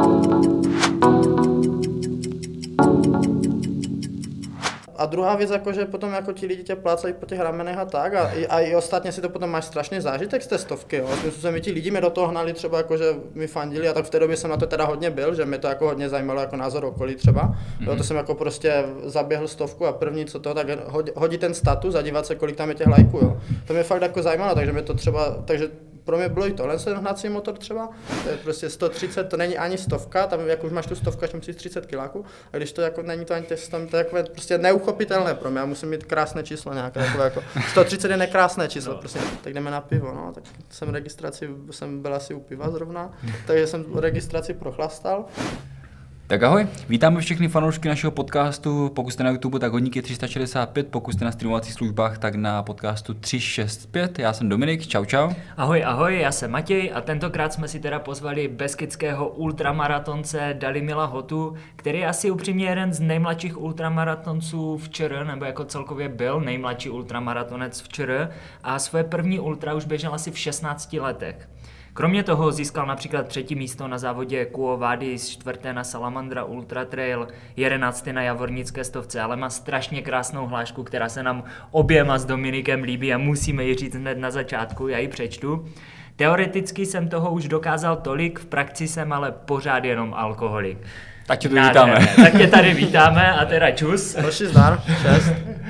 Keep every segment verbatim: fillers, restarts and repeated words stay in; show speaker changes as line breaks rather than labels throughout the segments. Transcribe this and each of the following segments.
A druhá věc, jako, že potom jako ti lidi tě plácají po těch ramenech a tak a, a i ostatně si to potom máš strašný zážitek z té stovky, jo. Jsme ti lidi mě do toho hnali třeba jako, že mi fandili a tak v té době jsem na to teda hodně byl, že mě to jako hodně zajímalo jako názor okolí třeba. Mm-hmm. Jo, to jsem jako prostě zaběhl stovku a první co to, tak hodí ten status a dívat se, kolik tam je těch lajků, jo. To mě fakt jako zajímalo, takže mě to třeba, takže pro mě bylo i tohle ten hnací motor třeba, to je prostě sto třicet, to není ani stovka, tam jak už máš tu stovku, až musíš třicet kiláků, a když to jako není to ani testem, to je jako prostě neuchopitelné pro mě, já musím mít krásné číslo nějaké, takové jako sto třicet je nekrásné číslo, no. Prostě, tak jdeme na pivo, no, tak jsem registraci, jsem byl asi u piva zrovna, takže jsem registraci prochlastal.
Tak ahoj, vítáme všechny fanoušky našeho podcastu, pokud jste na YouTube, tak Hodníky tři sta šedesát pět, pokud jste na streamovacích službách, tak na podcastu tři šest pět, já jsem Dominik, čau čau.
Ahoj, ahoj, já jsem Matěj a tentokrát jsme si teda pozvali beskydského ultramaratonce Dalimila Hotu, který je asi upřímně jeden z nejmladších ultramaratonců v ČR, nebo jako celkově byl nejmladší ultramaratonec v ČR a svoje první ultra už běžel asi v šestnácti letech. Kromě toho získal například třetí místo na závodě Quo Vadis, čtvrté na Salamandra Ultra Trail, jedenácté na Javornické stovce, ale má strašně krásnou hlášku, která se nám oběma s Dominikem líbí a musíme ji říct hned na začátku, já ji přečtu. Teoreticky jsem toho už dokázal tolik, v praxi jsem ale pořád jenom alkoholik.
Tak tě tu vítáme.
Tak tě tady vítáme a teda čus.
Další zdar, šest.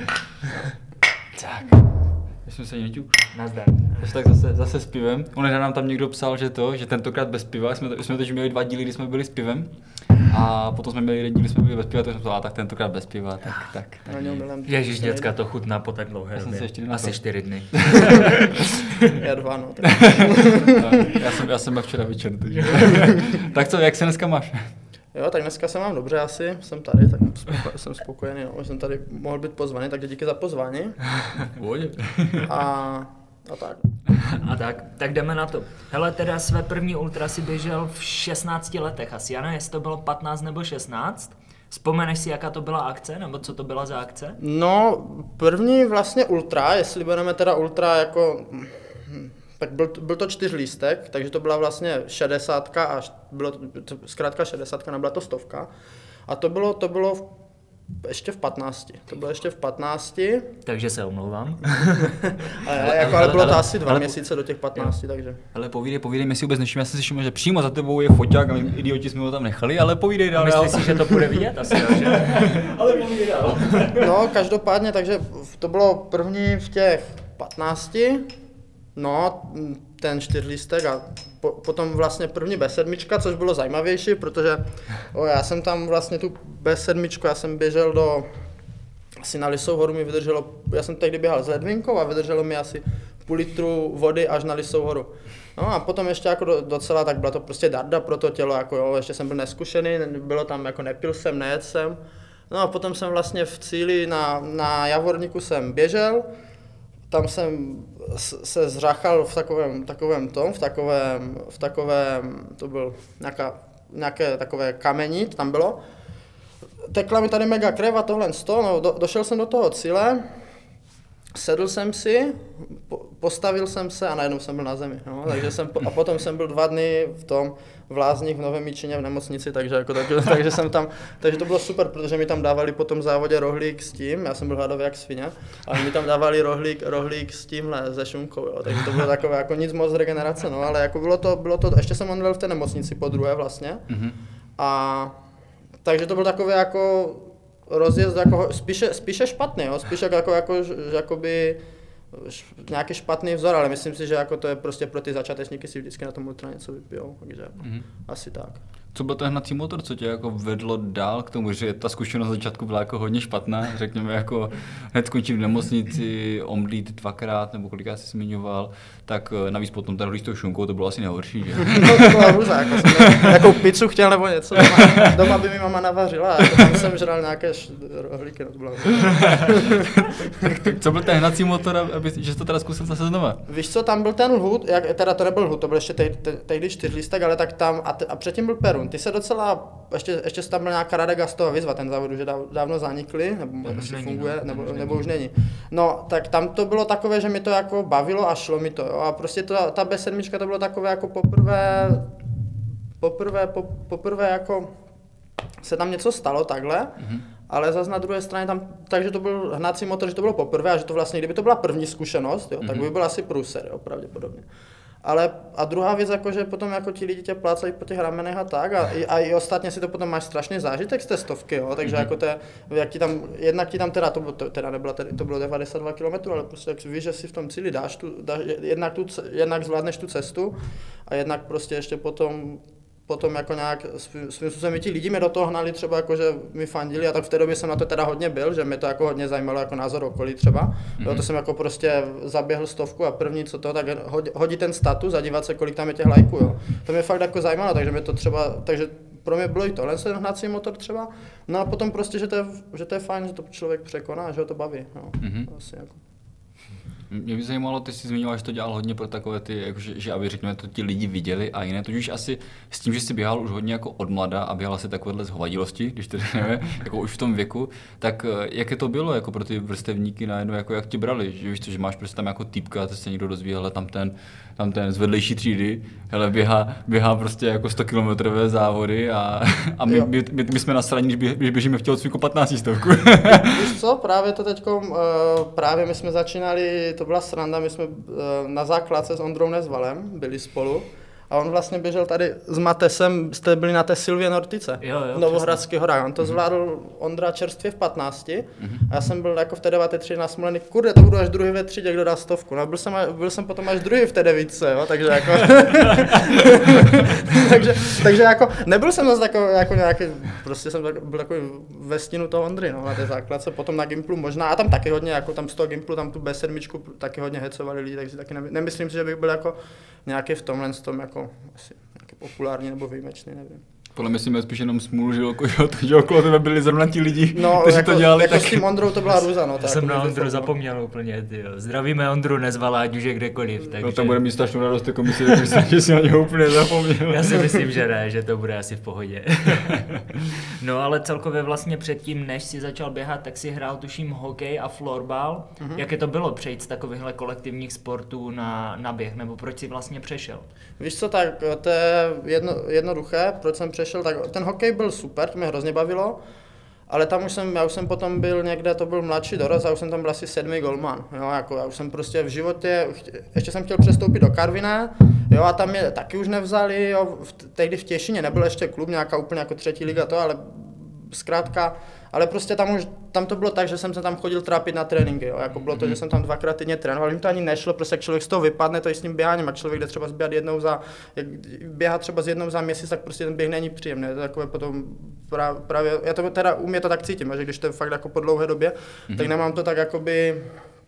Tak. Jsme se něťu.
Nazdar.
Tak zase, zase s pivem. On nám tam někdo psal, že to, že tentokrát bez piva. Jsme, to, jsme teď měli dva díly, kdy jsme byli s pivem. A potom jsme měli jeden díl, kdy jsme byli bez piva, tak jsme to, tak tentokrát bez piva, tak, tak. tak.
Ježíš, děcka, to chutná po tak dlouhé době. Asi čtyři dny.
Já dva, no.
já, jsem, já jsem včera večer. Tak co, jak se dneska máš?
Jo, tak dneska se mám dobře asi, jsem tady, tak jsem spokojený, no, že jsem tady mohl být pozvaný, takže díky za pozvání. A, a tak.
A tak, tak jdeme na to. Hele, teda své první ultra si běžel v šestnácti letech asi, já nevím, jestli to bylo patnáct nebo šestnáct. Vzpomeneš si, jaká to byla akce, nebo co to byla za akce?
No, první vlastně ultra, jestli budeme teda ultra jako... Tak byl, byl to čtyřlístek, takže to byla vlastně šedesátka a bylo to, zkrátka šedesátka, nebyla to stovka. A to bylo, to bylo v, ještě v patnácti, to bylo ještě v patnácti.
Takže se omlouvám.
ale, ale, jako, ale bylo to ale, asi dva ale, měsíce do těch patnácti, takže.
Ale povídej, povídej, my si vůbec neším, já jsem si všiml, že přímo za tebou je foťák a my idioti jsme ho tam nechali, ale povídej dál.
Myslíš si, že to bude vidět asi, že? Ale povídej dál.
No, každopádně, takže to bylo první v těch patnácti. No, ten čtyřlístek a po, potom vlastně první bé sedm, což bylo zajímavější, protože o, já jsem tam vlastně tu bé sedm, já jsem běžel do, asi na Lisou horu mi vydrželo, já jsem tehdy běhal s ledvinkou a vydrželo mi asi půl litru vody až na Lisou horu. No a potom ještě jako do, docela, tak byla to prostě darda pro to tělo, jako jo, ještě jsem byl neskušený, bylo tam jako nepil jsem, nejedl jsem. No a potom jsem vlastně v cíli na, na Javorníku jsem běžel, tam jsem se zřáchal v takovém, takovém tom, v takovém, v takovém, to byl nějaká, nějaké takové kamení, tam bylo. Tekla mi tady mega krev a tohle sto, no do, došel jsem do toho cíle, sedl jsem si, po, postavil jsem se a najednou jsem byl na zemi, no, takže jsem, a potom jsem byl dva dny v tom, v Lázních v Novém Míčině v nemocnici, takže, jako, tak, takže jsem tam, takže to bylo super, protože mi tam dávali po tom závodě rohlík s tím, já jsem byl hladový jak svině, a mi tam dávali rohlík, rohlík s tímhle, se šunkou, jo, takže to bylo takové jako nic moc regenerace, no, ale jako bylo to, bylo to, ještě jsem omdlel v té nemocnici po druhé vlastně, mm-hmm. A takže to byl takové jako rozjezd, jako spíše, spíše špatný, jo, spíše jako, jako, jakoby, nějaký špatný vzor, ale myslím si, že jako to je prostě pro ty začátečníky si vždycky na tom ultra něco vypijou, takže mm-hmm. asi tak.
Co byl ten hnací motor, co tě jako vedlo dál k tomu, že ta zkušenost na začátku byla jako hodně špatná, řekněme jako hned skončím v nemocnici, omdlít dvakrát nebo kolikrát jsi zmiňoval, tak navíc potom ten rohlík s tou šunkou, to bylo asi nejhorší, že?
No to byla hruza, jako jsem nějakou pizzu chtěl nebo něco, doma, doma by mi mama navařila a jako tam jsem žral nějaké rohlíky, no to bylo
Co byl ten hnací motor, aby, že jsi to teda zkusil zase znova?
Víš co, tam byl ten lhůt, jak, teda to nebyl lhůt, to byl ještě tehdy, tehdy čtyřlístek, ale tak tam, a, te, a předtím byl Perun. Ty se docela, ještě, ještě tam byl nějaká Radegastova výzva, ten závod už dávno zanikly, nebo ještě funguje, no, nebo, už nebo už není. No, tak tam to bylo takové, že mi to jako bavilo a šlo mi to, jo, a prostě to, ta bé sedm to bylo takové jako poprvé, poprvé, po, poprvé jako se tam něco stalo takhle, mm-hmm. ale zase na druhé straně tam, takže to byl hnací motor, že to bylo poprvé a že to vlastně, kdyby to byla první zkušenost, jo, mm-hmm. tak by byl asi průser, jo, pravděpodobně. Ale a druhá věc, jako, že potom jako ti lidi tě plácají po těch ramenech a tak a, a i ostatně si to potom máš strašný zážitek z té stovky, jo, takže mm-hmm. jako to, jak ti tam, jednak ti tam teda, to, to teda nebylo, to bylo devadesát dva kilometrů, ale prostě jak víš, že si v tom cíli dáš, tu, dáš jednak, tu, jednak zvládneš tu cestu a jednak prostě ještě potom potom jako nějak svým způsobem mi ti lidi mě do toho hnali třeba jako, že mi fandili a tak v té době jsem na to teda hodně byl, že mě to jako hodně zajímalo jako názor okolí třeba. Mm-hmm. Jo, to jsem jako prostě zaběhl stovku a první co to, tak hodí ten status a dívat se, kolik tam je těch lajků, jo. To mě fakt jako zajímalo, takže mě to třeba, takže pro mě bylo i tohle ten hnací motor třeba. No a potom prostě, že to je, že to je fajn, že to člověk překoná, že ho to baví, jo. Mm-hmm. Vlastně jako.
Mě by zajímalo, ty jsi zmiňoval, že to dělal hodně pro takové ty, jako, že, že aby řekněme to ti lidi viděli a jiné, tudíž asi s tím, že jsi běhal už hodně jako od mlada a běhal si takovéhle zhovadilosti, když to nevím, jako už v tom věku, tak jaké to bylo jako pro ty vrstevníky najednou, jako jak ti brali, že víš to, že máš prostě tam jako týpka, to se někdo dozví, hele tam ten, tam ten z vedlejší třídy, hele běhá, běhá prostě jako sto kilometrové závody a, a my, my, my, my, jsme nasraní, když, bě, když běžíme v tělocviku patnáct stovku.
Víš co, právě to teďkom, uh, právě my jsme začínali, to byla sranda, my jsme uh, na základce s Ondrou Nezvalem byli spolu a on vlastně běžel tady s Matesem, jste byli na té Silvě Nortice,
jo, jo,
v Novohradských horách, on to zvládl Ondra čerstvě v patnácti mm-hmm. a já jsem byl jako v té deváté třídě nasmolený, kurde, to budu až druhý ve třídě, kdo dá stovku, no byl jsem, byl jsem potom až druhý v té devítce, jo, takže jako, takže, takže jako, nebyl jsem zase jako, jako nějaký, prostě jsem byl takový ve stínu toho Ondry, no, na té základce, potom na Gimplu možná, a tam taky hodně, jako tam z toho Gimplu, tam tu bé sedm taky hodně hecovali lidi, takže taky nemyslím, nemyslím si, že bych byl jako nějaký v tomhle tom jako asi nějaký populární nebo výjimečný, nevím.
Podle mě si měl spíš jenom smůlu, že, že okolo tebe byli zrovna ti lidi,
no,
kteří
jako,
to dělali.
Jako
tak...
s tím Ondrou to byla růza, no.
Já jsem na Ondru zapomněl úplně, tyjo. Zdravíme Ondru Nezvala, ať už je kdekoliv. Takže...
No tam bude mít strašnou radost, jako myslím, že si na něho úplně zapomněl.
Já si myslím, že ne, že to bude asi v pohodě. No ale celkově vlastně předtím, než si začal běhat, tak si hrál tuším hokej a florbal. Mm-hmm. Jaké to bylo přejít z takovýchhle kolektivních sportů na, na běh, nebo proč si vlastně přešel?
Víš co, tak to je jedno, jednoduché, proč jsem přešel, tak ten hokej byl super, to mě hrozně bavilo, ale tam už jsem, já už jsem potom byl někde, to byl mladší dorost a už jsem tam byl asi sedmý golman, jo, jako já už jsem prostě v životě, ještě jsem chtěl přestoupit do Karviné, jo, a tam mě taky už nevzali, jo, v, tehdy v Těšíně nebyl ještě klub, nějaká úplně jako třetí liga to, ale zkrátka, ale prostě tam už, tam to bylo tak, že jsem se tam chodil trápit na tréninky, jo, jako bylo to, že jsem tam dvakrát týdně trénoval, jim to ani nešlo, prostě jak člověk z toho vypadne, to je s tím běháním, a člověk jde třeba zběhat jednou za, jak běhat třeba z jednou za měsíc, tak prostě ten běh není příjemný, to je takové potom právě, právě já to teda u mě to tak cítím, že když to je fakt jako po dlouhé době, mm-hmm. tak nemám to tak jakoby,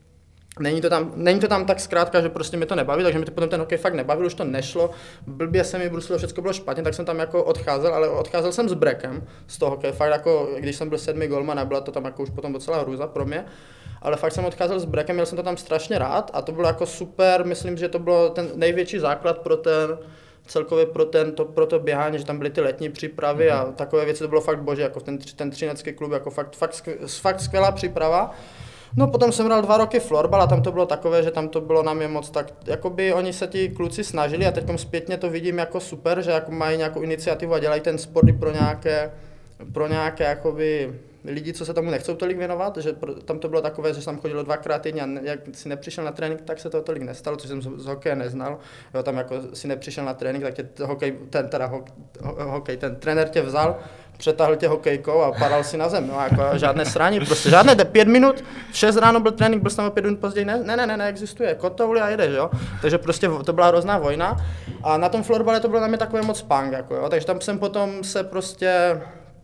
Není to, tam, není to tam tak zkrátka, že prostě mě to nebaví, takže mi to potom ten hokej fakt nebavil, už to nešlo, blbě se mi bruslilo, všechno bylo špatně, tak jsem tam jako odcházel, ale odcházel jsem s brekem z toho hokeje, fakt jako, když jsem byl sedmý golman, nebyla to tam jako už potom docela hrůza pro mě, ale fakt jsem odcházel s brekem, měl jsem to tam strašně rád a to bylo jako super, myslím, že to bylo ten největší základ pro ten, celkově pro, ten, to, pro to běhání, že tam byly ty letní přípravy a takové věci, to bylo fakt boží, jako ten, ten třinecký klub, jako fakt, fakt, fakt skvělá příprava. No potom jsem hrál dva roky florbal a tam to bylo takové, že tam to bylo na mě moc tak, jakoby oni se ti kluci snažili a teďkom zpětně to vidím jako super, že jako mají nějakou iniciativu a dělají ten sport i pro nějaké, pro nějaké jakoby lidi, co se tomu nechcou tolik věnovat, že tam to bylo takové, že jsem chodil dvakrát týdně a jak si nepřišel na trénink, tak se to tolik nestalo, což jsem z hokeje neznal. Jo, tam jako si nepřišel na trénink, tak tě hokej, ten teda ho, ho, hokej, ten trenér tě vzal, přetáhl tě hokejkou a padal si na zem, no, jako žádné srání, prostě žádné, pět minut, v šest ráno byl trénink, byl jsem o pět minut později, ne, ne, ne, ne, neexistuje, kotouli a jedeš, jo, takže prostě to byla hrozná vojna a na tom florbale to bylo na mě takové moc punk, jako jo, takže tam jsem potom se prostě,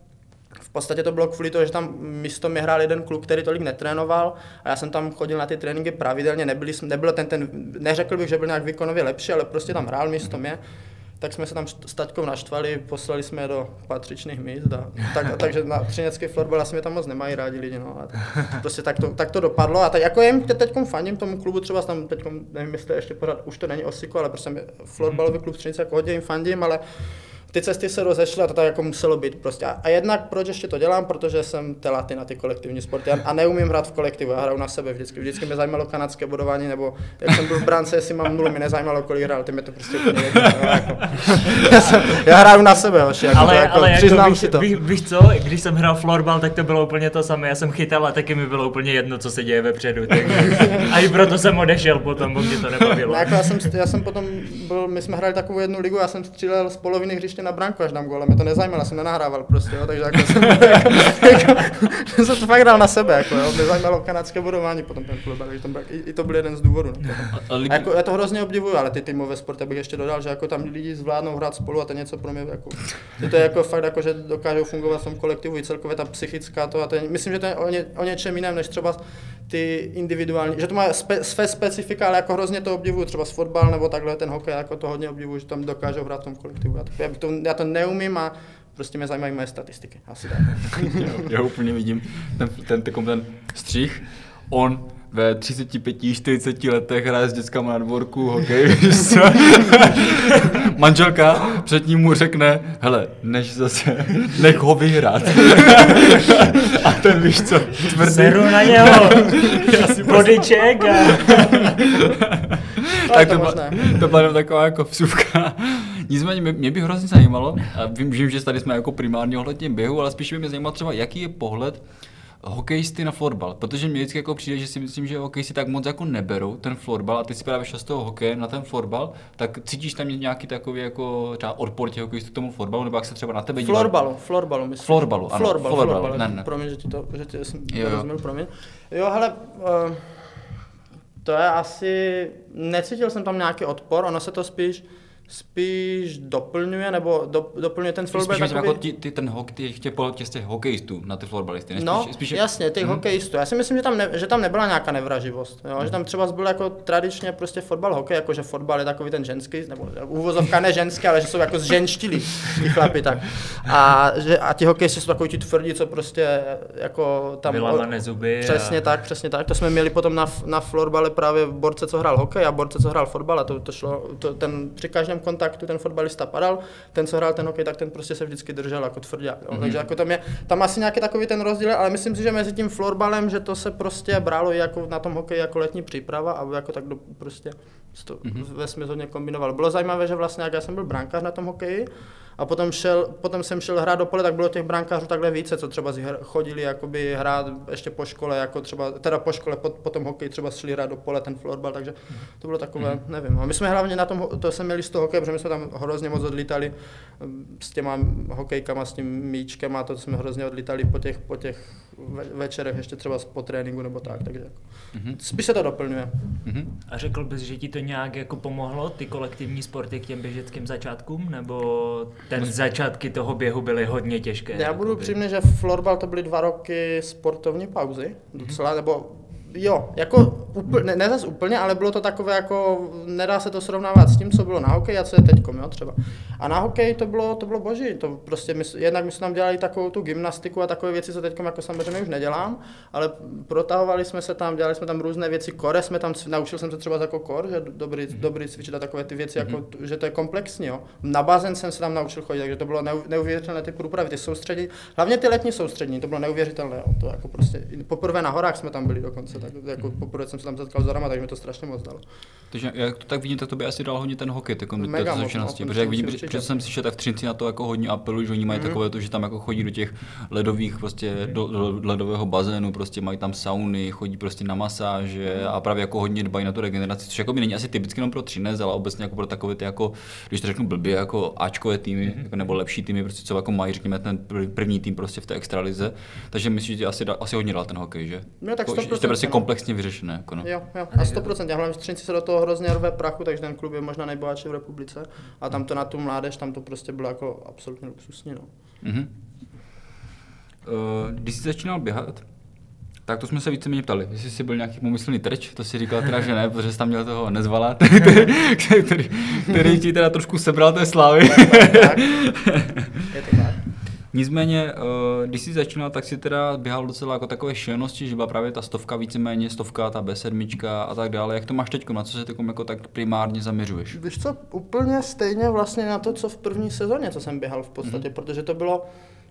v podstatě to bylo kvůli toho, že tam místo mě hrál jeden kluk, který tolik netrénoval a já jsem tam chodil na ty tréninky pravidelně, nebyli, nebyl ten, ten, neřekl bych, že byl nějak výkonově lepší, ale prostě tam hrál místo mě. Tak jsme se tam s taťkou naštvali, poslali jsme je do patřičných míst. A tak, a takže na třinecký florbal asi mě tam moc nemají rádi lidi. No. A prostě tak to, tak to dopadlo. A tak jako jim teďkom fandím tomu klubu, třeba tam teďkom, nevím, jestli ještě pořád, už to není Osiko, ale prostě florbalový klub Třinec, jako hodně jim fandím, ale ty cesty se rozešly a to tak jako muselo být prostě. A jednak proč ještě to dělám, protože jsem telaty na ty kolektivní sporty a neumím hrát v kolektivu, já hraju na sebe vždycky. Vždycky mě zajímalo kanadské bodování, nebo jak jsem byl v brance, jestli mám nulu, mi nezajímalo, kolik hrál, ty mě to prostě úplně jedno, no, jako. já, jsem, já hraju na sebe, hoši, jako
ale,
to, jako,
ale jako
přiznám
víš,
si to.
Ví, víš co, když jsem hrál florbal, tak to bylo úplně to samé, já jsem chytal a taky mi bylo úplně jedno, co se děje vepředu, tak a i proto jsem odešel potom, bo mě to nebavilo.
No, jako já, jsem, já jsem potom byl, my jsme hráli takovou jednu ligu, já jsem střílel z poloviny hřiště na branku až dám gól, ale mě to nezajímalo, já jsem nenahrával prostě, jo, takže jako jsem, jako, jako, jsem to fakt dal na sebe, jako, jo, mě zajímalo kanadské bodování potom ten florbal, takže tam, i, i to byl jeden z důvodů. No, a, a jako, já to hrozně obdivuju, ale ty týmové sporty bych ještě dodal, že jako tam lidi zvládnou hrát spolu a to je něco pro mě, jako, to je jako fakt, jako, že dokážou fungovat v tom kolektivu i celkově ta psychická to a to je, myslím, že to je o, ně, o něčem jiném, než třeba ty individuální, že to má spe, své specifika, ale jako hrozně to obdivuju, třeba s fotbal nebo takhle ten hokej, jako to hodně obdivuju, že tam dokážou hrát v tom kolektivu. Já to, já to, já to neumím a prostě mě zajímají moje statistiky, asi tak.
já, já úplně vidím ten, ten, ten, ten střih, on ve třiceti pěti čtyřiceti letech hraje s dětskama na dvorku, hokej, manželka před ním mu řekne, hele, než zase, nech ho vyhrát. A ten víš co, tvrdý.
Seru na něho, bodyček a...
tak to, to, to byla jenom taková jako vsuvka. Nicméně mě, mě by hrozně zajímalo, a vím, vím, že tady jsme jako primárně ohledně běhu, ale spíš by mě zajímalo třeba, jaký je pohled hokejisty na florbal, protože mě vždycky jako přijde, že si myslím, že hokejisti tak moc jako neberou ten florbal a ty si právě šel z toho hokeje na ten florbal, tak cítíš tam nějaký takový jako třeba odpor těch hokejistů k tomu florbalu, nebo jak se třeba na tebe dívat?
Florbalu, florbalu myslím.
Florbalu, ano,
florbal,
florbalu,
florbal,
ne, ne.
Promiň, že ti to, že ti jsem
jo, jo.
rozuměl, promiň. Jo, hele, uh, to je asi, necítil jsem tam nějaký odpor, ono se to spíš spíš doplňuje, nebo do, doplňuje ten florbal
takový...
takový...
jako ty, ty ten hok, ty těch těch, těch hokejistů na ty florbalisty,
no,
spíš, spíš...
jasně, těch hmm. hokejistů. Já si myslím, že tam, ne, že tam nebyla nějaká nevraživost, jo? Hmm. Že tam třeba byl jako tradičně prostě fotbal, hokej, jakože fotbal je takový ten ženský, nebo úvozovka ne ženský, ale že jsou jako zženštilí ty chlapi, tak. A, že, a ti hokejisti jsou takový ti tvrdí, co prostě jako tam...
Vylamané zuby.
Přesně a... tak, přesně tak. To jsme měli potom na, na florbale právě borce, co hrál hokej a borce, co hrál fotbal a to, to šlo, to, ten při každém kontaktu ten fotbalista padal, ten, co hrál ten hokej, tak ten prostě se vždycky držel jako tvrdák. Mm-hmm. Takže jako tam je, tam asi nějaký takový ten rozdíl, ale myslím si, že mezi tím florbalem, že to se prostě bralo i jako na tom hokeji jako letní příprava a jako tak do, prostě to mm-hmm. vesměs hodně kombinoval. Bylo zajímavé, že vlastně jak já jsem byl brankář na tom hokeji a potom, šel, potom jsem šel hrát do pole, tak bylo těch brankářů takhle více, co třeba chodili jakoby hrát ještě po škole, jako třeba, teda po škole, po, po tom hokeji třeba šli hrát do pole ten florbal, takže to bylo takové, mm-hmm. nevím. A my jsme hlavně na tom, to jsme měli z toho hokeje, protože my jsme tam hrozně moc odlítali s těma hokejkama, s tím míčkem a to jsme hrozně odlítali po těch, po těch večerech, ještě třeba po tréninku nebo tak, takže jako, mm-hmm. spíš se to doplňuje.
Mm-hmm.
A řekl bys, že ti to nějak jako pomohlo, ty kolektivní sporty k těm běžeckým začátkům, nebo ten začátky toho běhu byly hodně těžké?
Já budu
jakoby.
upřímný, že florbal to byly dva roky sportovní pauzy, docela, mm-hmm. nebo jo, jako úplně, ne, ne zas úplně, ale bylo to takové jako, nedá se to srovnávat s tím, co bylo na hokeji a co je teďkom, jo, třeba. A na hokeji to bylo, to bylo boží, to prostě, my, jednak my jsme tam dělali takovou tu gymnastiku a takové věci, co teďkom jako samozřejmě už nedělám, ale protahovali jsme se tam, dělali jsme tam různé věci, kore jsme tam, naučil jsem se třeba jako kor, že dobrý, mm-hmm. dobrý cvičit a takové ty věci, mm-hmm. jako, že to je komplexní, jo. Na bazén jsem se tam naučil chodit, takže to bylo neuvěřitelné ty průpravy, ty soustředí, hlavně ty letní soustřední, to bylo neuvěřitelné, jo. To jako prostě, poprvé na horách jsme tam byli dokonce. Tak jako poprvé jsem se tam setkal s horama, takže mi to strašně moc dalo.
Takže jak to tak vidím, tak to by asi dal hodně ten hokej, tak do té začínanosti, protože jak vidím, že jsem si šel, tak v Třinci na to jako hodně apelují, že oni mají mm-hmm. takové to, že tam jako chodí do těch ledových prostě do, do ledového bazénu, prostě mají tam sauny, chodí prostě na masáže mm-hmm. a právě jako hodně dbají na tu regeneraci, což jako by není asi typicky jenom pro Třinec, ale obecně jako pro takové ty jako, když to řeknu blbě, jako áčkové týmy, mm-hmm. jako, nebo lepší týmy, prostě co jako mají, řekněme, ten první tým prostě v té extralize. Takže myslím, že asi asi hodně dal ten hokej, že?
No, tak
jako, jste prostě komplexně vyřešené, jako no.
Jo, jo, a sto procent, a hlavně v Třinci se do toho hrozně rve prachu, takže ten klub je možná nejbohatší v republice a tam to na tu mládež, tam to prostě bylo jako absolutně luxusní, no.
Mm-hmm. Uh, když jsi začínal běhat, tak to jsme se víceméně ptali, jestli jsi byl nějaký pomyslný trč, to si říkal teda, že ne, protože jsi tam měl toho Nezvala, který, který, který ti teda trošku sebral té slávy.
Tak, tak, tak. Je to tak.
Nicméně, když jsi začínal, tak si teda běhal docela jako takové šílenosti, že byla právě ta stovka víceméně, stovka, ta bé sedm a tak dále. Jak to máš teď, na co se teď jako tak primárně zaměřuješ?
Víš co, úplně stejně vlastně na to, co v první sezóně, co jsem běhal v podstatě, mm-hmm. protože to bylo,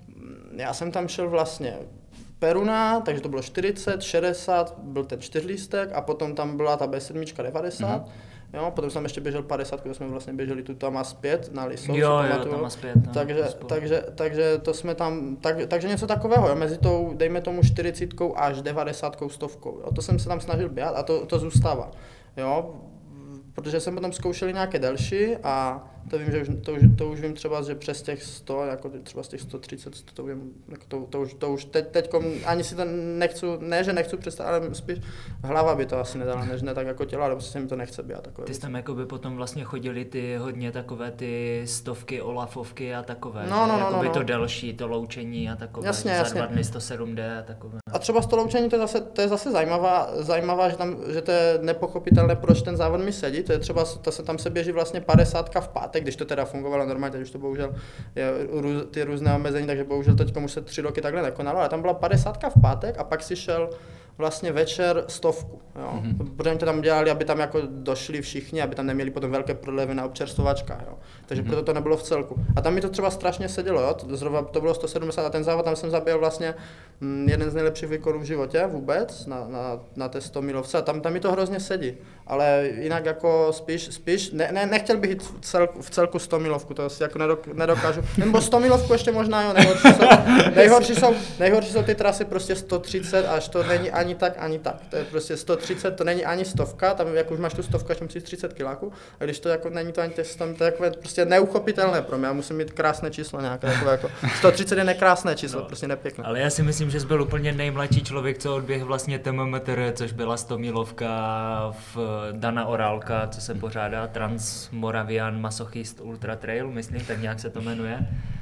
já jsem tam šel vlastně Peruna, takže to bylo čtyřicet, šedesát, byl ten čtyřlístek a potom tam byla ta bé sedm devadesát. Mm-hmm. Jo, potom jsem ještě běžel padesát, když jsme vlastně běželi tu tam a zpět na Lisou.
Jo, jo, tam a zpět. No,
takže, takže, takže to jsme tam, tak, takže něco takového, jo, mezi tou, dejme tomu čtyřicítkou až devadesátkou, stovkou, jo, to jsem se tam snažil běhat a to, to zůstává, jo, protože jsem potom zkoušel nějaké delší a to vím, že už, to, už, to už vím třeba, že přes těch sto, jako třeba z těch sto třicet, to, vím, jako to, to, už, to už teď, teďkom ani si to nechci, ne, že nechci představit, ale spíš hlava by to asi nedala, než ne tak jako tělo, ale prostě mi to nechce být. Takové
ty jsi tam jakoby potom vlastně chodili ty hodně takové ty stovky, olafovky a takové,
no, no,
že?
No,
Jakoby
no, no.
to delší, to loučení a takové,
jasně,
za
jasně.
dva dny sto sedm dé a takové.
A třeba z to loučení to je zase, to je zase zajímavá, zajímavá že, tam, že to je nepochopitelné, proč ten závod mi sedí, to je třeba, to se tam se běží vlastně padesátka v pátek, když to teda fungovalo normálně, teď už to bohužel je růz, ty různé omezení, takže bohužel teď už se tři roky takhle nekonalo, ale tam byla padesátka v pátek a pak si šel vlastně večer stovku, jo. Mm-hmm. Protože to tam dělali, aby tam jako došli všichni, aby tam neměli potom velké prodlevy na občerstvovačkách, jo. Takže mm-hmm. proto to nebylo v celku. A tam mi to třeba strašně sedělo, jo. To, zrovna, to bylo sto sedmdesát a ten závod, tam jsem zaběl vlastně mm, jeden z nejlepších výkonů v životě vůbec na, na, na té sto milovce a tam, tam mi to hrozně sedí. Ale jinak jako spíš, spíš ne, ne, nechtěl bych jít v celku, v celku sto milovku, to si jako nedok, nedokážu. Nebo sto milovku ještě možná, jo, nejhorší jsou, nejhorší jsou, nejhorší jsou ty trasy prostě sto třicet, až to není ani tak, ani tak. To je prostě sto třicet, to není ani stovka, tam jako už máš tu stovku, až musíš třicet kiláků, a když to jako není to ani těch sto, to je jako prostě neuchopitelné pro mě, já musím mít krásné číslo nějaké, takové jako sto třicet je nekrásné číslo, no, prostě nepěkné.
Ale já si myslím, že jsi byl úplně nejmladší člověk, co odběh vlastně T M M T R, což byla sto milovka v Dana Orálka, co se pořádá Transmoravian Masochist Ultra Trail, myslím, tak nějak se to jmenuje.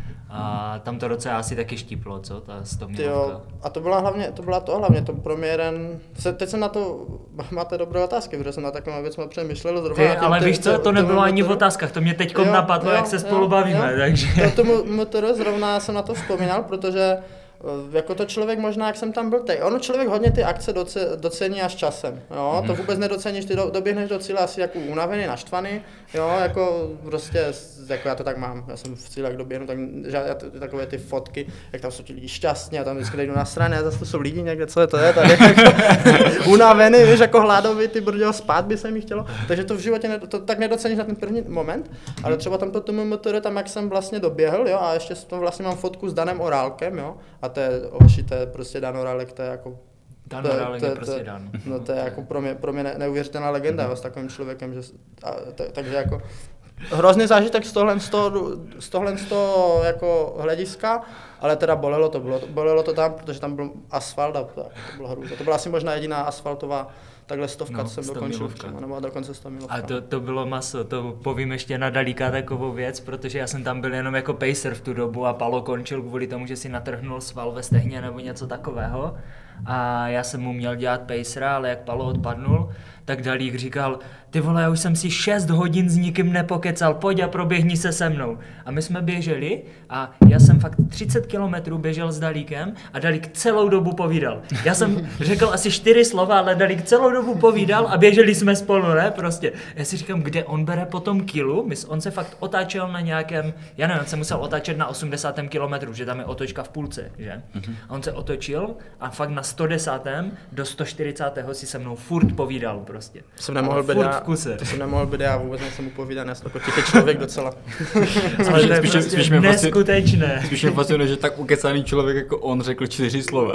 A tam to docela asi taky štíplo, co, ta sto milovka.
A to byla hlavně, to byla to hlavně, to pro mě jeden, se, teď jsem na to, máte dobré otázky, protože jsem na takovém věc přemýšlel zrovna.
Ty, ale víš co, to nebylo ani v otázkách, to mě teďkom jo, napadlo, jo, jak se spolu jo, bavíme,
jo.
takže.
To tomu M T R zrovna jsem na to vzpomínal, protože jako to člověk možná, jak jsem tam byl teď, ono člověk hodně ty akce doce, docení až časem, jo, to vůbec nedoceníš, ty do, doběhneš do cíle asi jako unavený, naštvaný, jo, jako prostě, jako já to tak mám, já jsem v cíle, jak doběhnu, tak žádné takové ty fotky, jak tam jsou ti lidi šťastní a tam vždycky jdu na straně a zase to jsou lidi někde, co je to je, tady jako unavený, víš, jako hladový, ty brděho, spát by se mi chtělo, takže to v životě ne, to tak nedoceníš na ten první moment, ale třeba tam to tomu M T R, tam jak jsem vlastně doběhl, jo, a ještě tam vlastně mám fotku s Danem Orálkem, jo, a to je oši, to je prostě Dan Orálek, to je jako...
Dan Orálek je prostě Dan.
No to je jako pro mě, pro mě ne, neuvěřitelná legenda, jo, s takovým člověkem, že, a, t, takže jako hrozný zážitek z tohle, z toho, z tohle z toho jako hlediska, ale teda bolelo to, bylo, bolelo to tam, protože tam byl asfalt a to, to bylo hrůza. To byla asi možná jediná asfaltová takhle stovka,
no,
co jsem dokončil třeba, nebo dokonce sto milovka.
A to, to bylo maso, to povím ještě na Dalíka takovou věc, protože já jsem tam byl jenom jako pacer v tu dobu a Palo končil kvůli tomu, že si natrhnul sval ve stehně nebo něco takového. A já jsem mu měl dělat pacera, ale jak Palo odpadnul, tak Dalík říkal, ty vole, já už jsem si šest hodin s nikým nepokecal, pojď a proběhni se se mnou. A my jsme běželi a já jsem fakt třicet kilometrů běžel s Dalíkem a Dalík celou dobu povídal. Já jsem řekl asi čtyři slova, ale Dalík celou dobu povídal a běželi jsme spolu, ne, prostě. Já si říkám, kde on bere potom kilu, on se fakt otáčel na nějakém, já nevím, on se musel otáčet na osmdesátém kilometru, že tam je otočka v půlce, že? Mm-hmm. A on se otočil a fakt na sto desátém do sto čtyřicátého si se mnou furt povídal prostě.
Jsem nemohl být já, to jsem nemohl být já, vůbec nejsem mu povídat, já jsem jako tichý člověk docela.
Ale to je spíš, prostě spíš neskutečné.
Spíš mě fascinuje, že tak ukecaný člověk jako on řekl čtyři slova.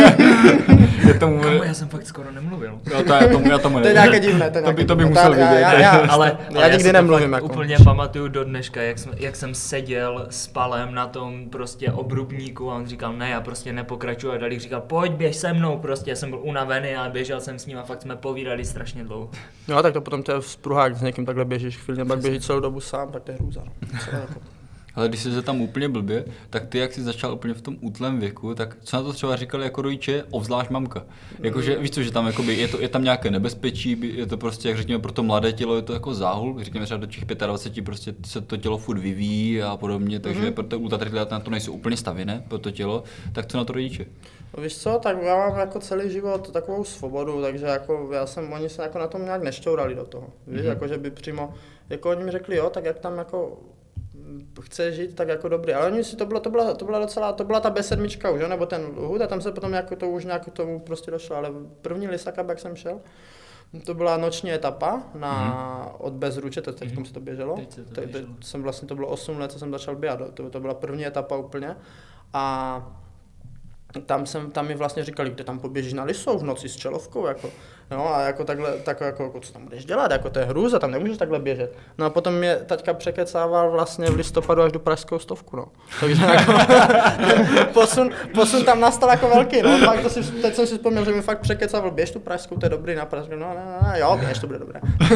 je tomu...
Kamu, já jsem fakt skoro nemluvil.
No to já tomu, já tomu
nevím. To je nějaké divné.
To by, to by musel vidět.
Já, já, já,
ale,
já, já nikdy nemluvím.
Jako. Úplně pamatuju do dneška, jak jsem, jak jsem seděl s Palem na tom prostě obrubníku a on říkal, ne, já prostě nepokračuju a Dalík říkal, pojď, běž se mnou, prostě já jsem byl unavený a běžel jsem s ním a fakt jsme povídali strašně dlouho.
No tak to potom to je vzpruhák, s někým takhle běžíš chvíli, pak běží celou dobu sám, tak to je hrůza.
Ale když jsi se tam úplně blbě, tak ty, jak jsi začal úplně v tom útlém věku, tak co na to třeba říkali jako rodiče, obzvlášť mamka? Jakože víš co, že tam jakoby, je, to, je tam nějaké nebezpečí, je to prostě, jak řekněme, pro to mladé tělo je to jako záhul, řekněme třeba do těch dvaceti pěti prostě se to tělo furt vyvíjí a podobně, takže mm-hmm. pro to ultratriatlety na to nejsou úplně stavěné, pro to tělo, tak co na to rodiče?
Víš co, tak já mám jako celý život takovou svobodu, takže jako já jsem, oni se jako na tom nějak nešťourali do toho, víš, mm-hmm. jako že by přímo, jako oni mi řekli jo, tak jak tam jako chce žít, tak jako dobrý, ale oni si to bylo, to byla, to byla docela, to byla ta bé sedm už, jo, nebo ten Lhůt a tam se potom jako to už nějak k tomu prostě došlo, ale první Lysakab, jak jsem šel, to byla noční etapa na, mm-hmm. od Bezruče, to teď mm-hmm. se to běželo, teď se to teď, teď jsem vlastně, to bylo osm let, co jsem začal běhat, to, to byla první etapa úplně a tam jsem, tam mi vlastně říkali, kde tam poběžíš na Lysou v noci s čelovkou, jako, no a jako takhle, tak jako, jako, co tam budeš dělat, jako to je hrůza, tam nemůžeš takhle běžet. No a potom mě taťka překecával vlastně v listopadu až do pražskou stovku, no. Takže jako, posun, posun tam nastal jako velký, no, fakt to si, teď jsem si vzpomněl, že mi fakt překecával, běž tu pražskou, to je dobrý na pražskou, no, no, no, jo, běž, to bude dobré.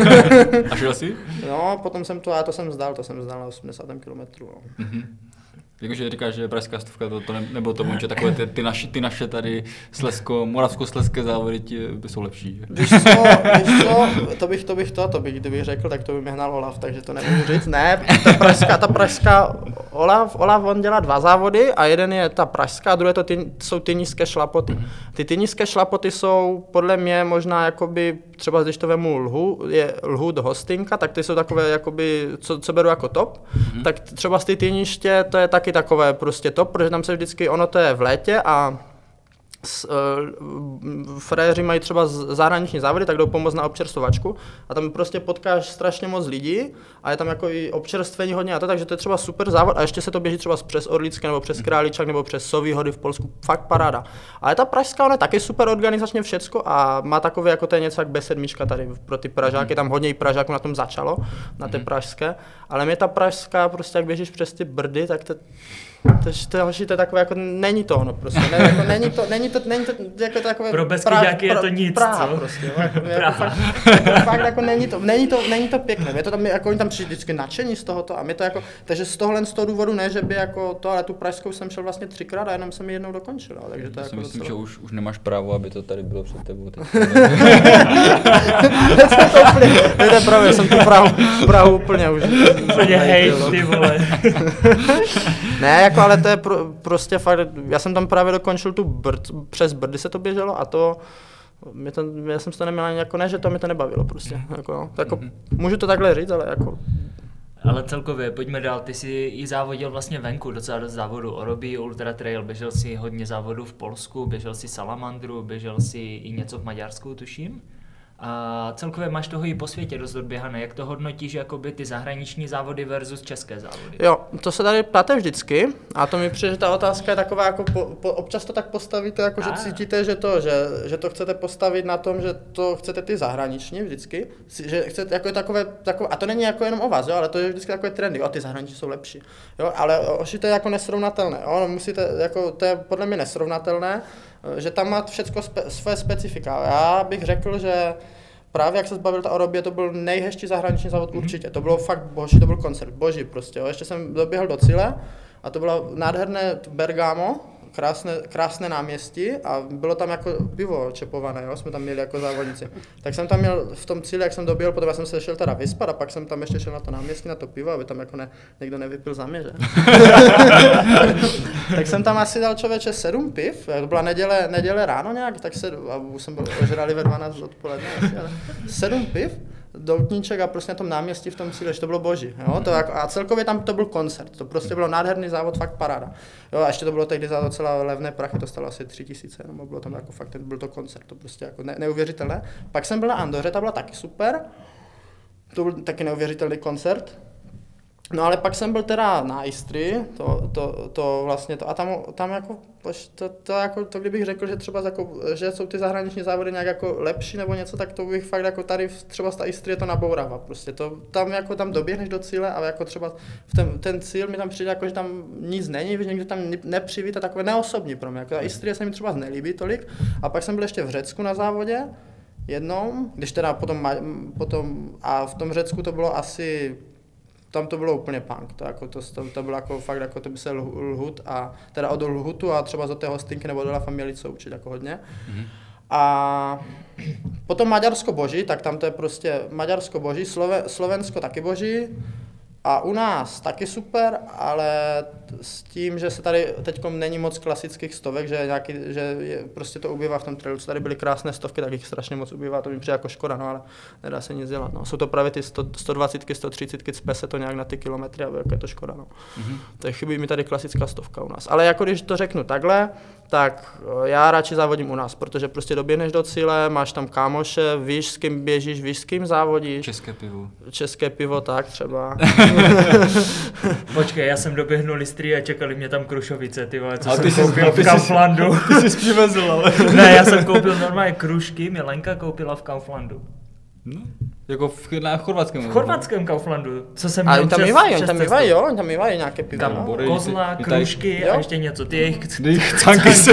A šel jsi?
No, potom jsem to, a to jsem vzdal, to jsem vzdal na osmdesát kilometrů, no.
Mm-hmm. Jakože říkáš, že pražská stovka, to, to ne, nebo to že takové ty, ty, naši, ty naše tady Slezsko, moravsko-slezské závody ti jsou lepší.
Víš co, víš co, to bych to, bych to, to bych, kdybych řekl, tak to by mě hnal Olaf, takže to nemůžu říct. Ne, ta pražská, ta pražská, Olaf, Olaf on dělá dva závody a jeden je ta pražská a druhé to ty, jsou ty nízké šlapoty. Ty ty nízké šlapoty jsou podle mě možná jakoby, třeba když to vemu Lhu, je Lhůt Hostinka, tak ty jsou takové jakoby, co, co beru jako top, mm-hmm. tak třeba z ty týniště to je taky takové prostě top, protože tam se vždycky, ono to je v létě a s, uh, fréři mají třeba zahraniční závody, tak jdou pomoct na občerstvovačku a tam prostě potkáš strašně moc lidí a je tam jako i občerstvení hodně a to, takže to je třeba super závod a ještě se to běží třeba přes Orlické nebo přes Králíček nebo přes Soví hory v Polsku, fakt paráda. Ale ta pražská, ona je taky super organizačně všecko a má takové jako to je něco jak bé sedm tady pro ty Pražáky, tam hodně i Pražáků na tom začalo, na té pražské, ale mě ta pražská prostě jak běžíš přes ty Brdy, tak to To, to, to je takové, jako není to ono prostě, ne, jako není to, není to, není to, jako takové...
Pro Beskiďáky je to nic,
Praha
co?
prostě, jako, jako fakt, jako fakt jako není to, není to, není to pěkné, je to tam, jako oni tam přišli vždycky nadšení z tohoto a mě to jako, takže z tohohle z toho důvodu ne, že by jako to, ale tu pražskou jsem šel vlastně třikrát a jenom jsem ji jednou dokončil, ale, takže to
Já
je
si
jako
myslím,
docela...
že už, už nemáš právo, aby to tady bylo před tebou. Teď.
to úplně, to je pravě, jsem tu Prahu, Prahu úplně už.
Úplně hej, ty vole.
Ne, jako, ale to je pro, prostě fakt, já jsem tam právě dokončil tu Brd, přes Brdy se to běželo a to, mě to, já jsem si to neměl ani jako ne, že to mi to nebavilo prostě, jako, jako mm-hmm. můžu to takhle říct, ale jako.
Ale celkově, pojďme dál, ty jsi i závodil vlastně venku, docela dost závodů, Orobí, Ultra Trail, běžel si hodně závodů v Polsku, běžel si Salamandru, běžel si i něco v Maďarsku, tuším. A celkově máš toho i po světě dost odběhané. Jak to hodnotíš jakoby ty zahraniční závody versus české závody?
Jo, to se tady ptáte vždycky a to mi přijde, že ta otázka je taková, jako po, po, občas to tak postavíte, jako že cítíte, že to, že, že to chcete postavit na tom, že to chcete ty zahraniční vždycky, že chcete jako takové, takové, a to není jako jenom o vás, jo, ale to je vždycky takové trendy, jo, ty zahraniční jsou lepší, jo, ale oši to je jako nesrovnatelné, jo, musíte, jako, to je podle mě nesrovnatelné, že tam má všechno spe, své specifika. Já bych řekl, že právě jak se zbavil ta Orobie, to byl nejhezčí zahraniční závod mm-hmm. určitě. To bylo fakt boží, to byl koncert, boží prostě. Jo. Ještě jsem doběhl do cíle a to bylo nádherné Bergamo, krásné, krásné náměstí a bylo tam jako pivo čepované, jo, jsme tam měli jako závodníci. Tak jsem tam měl v tom cíli, jak jsem doběhl, potom jsem se šel teda vyspat a pak jsem tam ještě šel na to náměstí, na to pivo, aby tam jako ne, někdo nevypil za mě, že? Tak jsem tam asi dal člověče sedm piv, to byla neděle, neděle ráno nějak, tak sedm, a už jsem byl ožrali ve dvanáct odpoledne asi, ale sedm piv, doutníček a prostě na tom náměstí v tom cíli, že to bylo boží, jo, to jako, a celkově tam to byl koncert, to prostě bylo nádherný závod, fakt paráda, jo, a ještě to bylo tehdy za docela levné prachy, to stalo asi tři tisíce, no, bylo tam jako fakt, byl to koncert, to prostě jako ne, neuvěřitelné, pak jsem byl na Andoře, ta byla taky super, to byl taky neuvěřitelný koncert. No ale pak jsem byl teda na Istrii, to, to, to vlastně to, a tam, tam jako, to, to, jako, to kdybych řekl, že třeba jako, že jsou ty zahraniční závody nějak jako lepší nebo něco, tak to bych fakt jako tady třeba z ta Istrie to nabourává prostě, to tam jako tam doběhneš do cíle a jako třeba v ten, ten cíl mi tam přijde jako, že tam nic není, že někdo tam nepřivíta, takové neosobní pro mě, jako ta Istrie se mi třeba nelíbí tolik a pak jsem byl ještě v Řecku na závodě, jednou, když teda potom, potom a v tom Řecku to bylo asi tam to bylo úplně punk, to, jako to, to, to bylo jako fakt, jako to by se lhut a teda od lhutu a třeba od té hostinky nebo do La Familie co učit jako hodně. Mm-hmm. A potom Maďarsko boží, tak tam to je prostě Maďarsko boží, Slove, Slovensko taky boží a u nás taky super, ale s tím, že se tady teďkom není moc klasických stovek, že, nějaký, že je, prostě to ubývá v tom trailu, co tady byly krásné stovky, tak jich strašně moc ubývá, to mi přijde jako škoda, no ale nedá se nic dělat, no. Jsou to právě ty sto, sto dvacet, sto třicet, cpe se to nějak na ty kilometry a jako je to škoda, no. Mm-hmm. Takže chybí mi tady klasická stovka u nás, ale jako když to řeknu takhle, tak já radši závodím u nás, protože prostě doběhneš do cíle, máš tam kámoše, víš s kým běžíš, víš s kým závodíš.
České pivo.
České pivo, tak třeba.
Počkej, já jsem doběhnul Listry a čekali mě tam Krušovice, ty vole, co
a
jsem
ty
koupil
jsi,
v Kauflandu.
Ty jsi přivezl, ale...
Ne, já jsem koupil normálně kružky, Milenka koupila v Kauflandu.
No, jako v, na chorvatském.
V chorvatském Kauflandu, co jsem
A
měl
oni tam
přes,
mývají,
přes
oni tam
cestu.
mývají, jo, oni tam mývají nějaké pivo.
Tam
No.
Bory,
kozla,
ty-
kružky
jo.
a ještě něco, ty jejich
Jejich canky se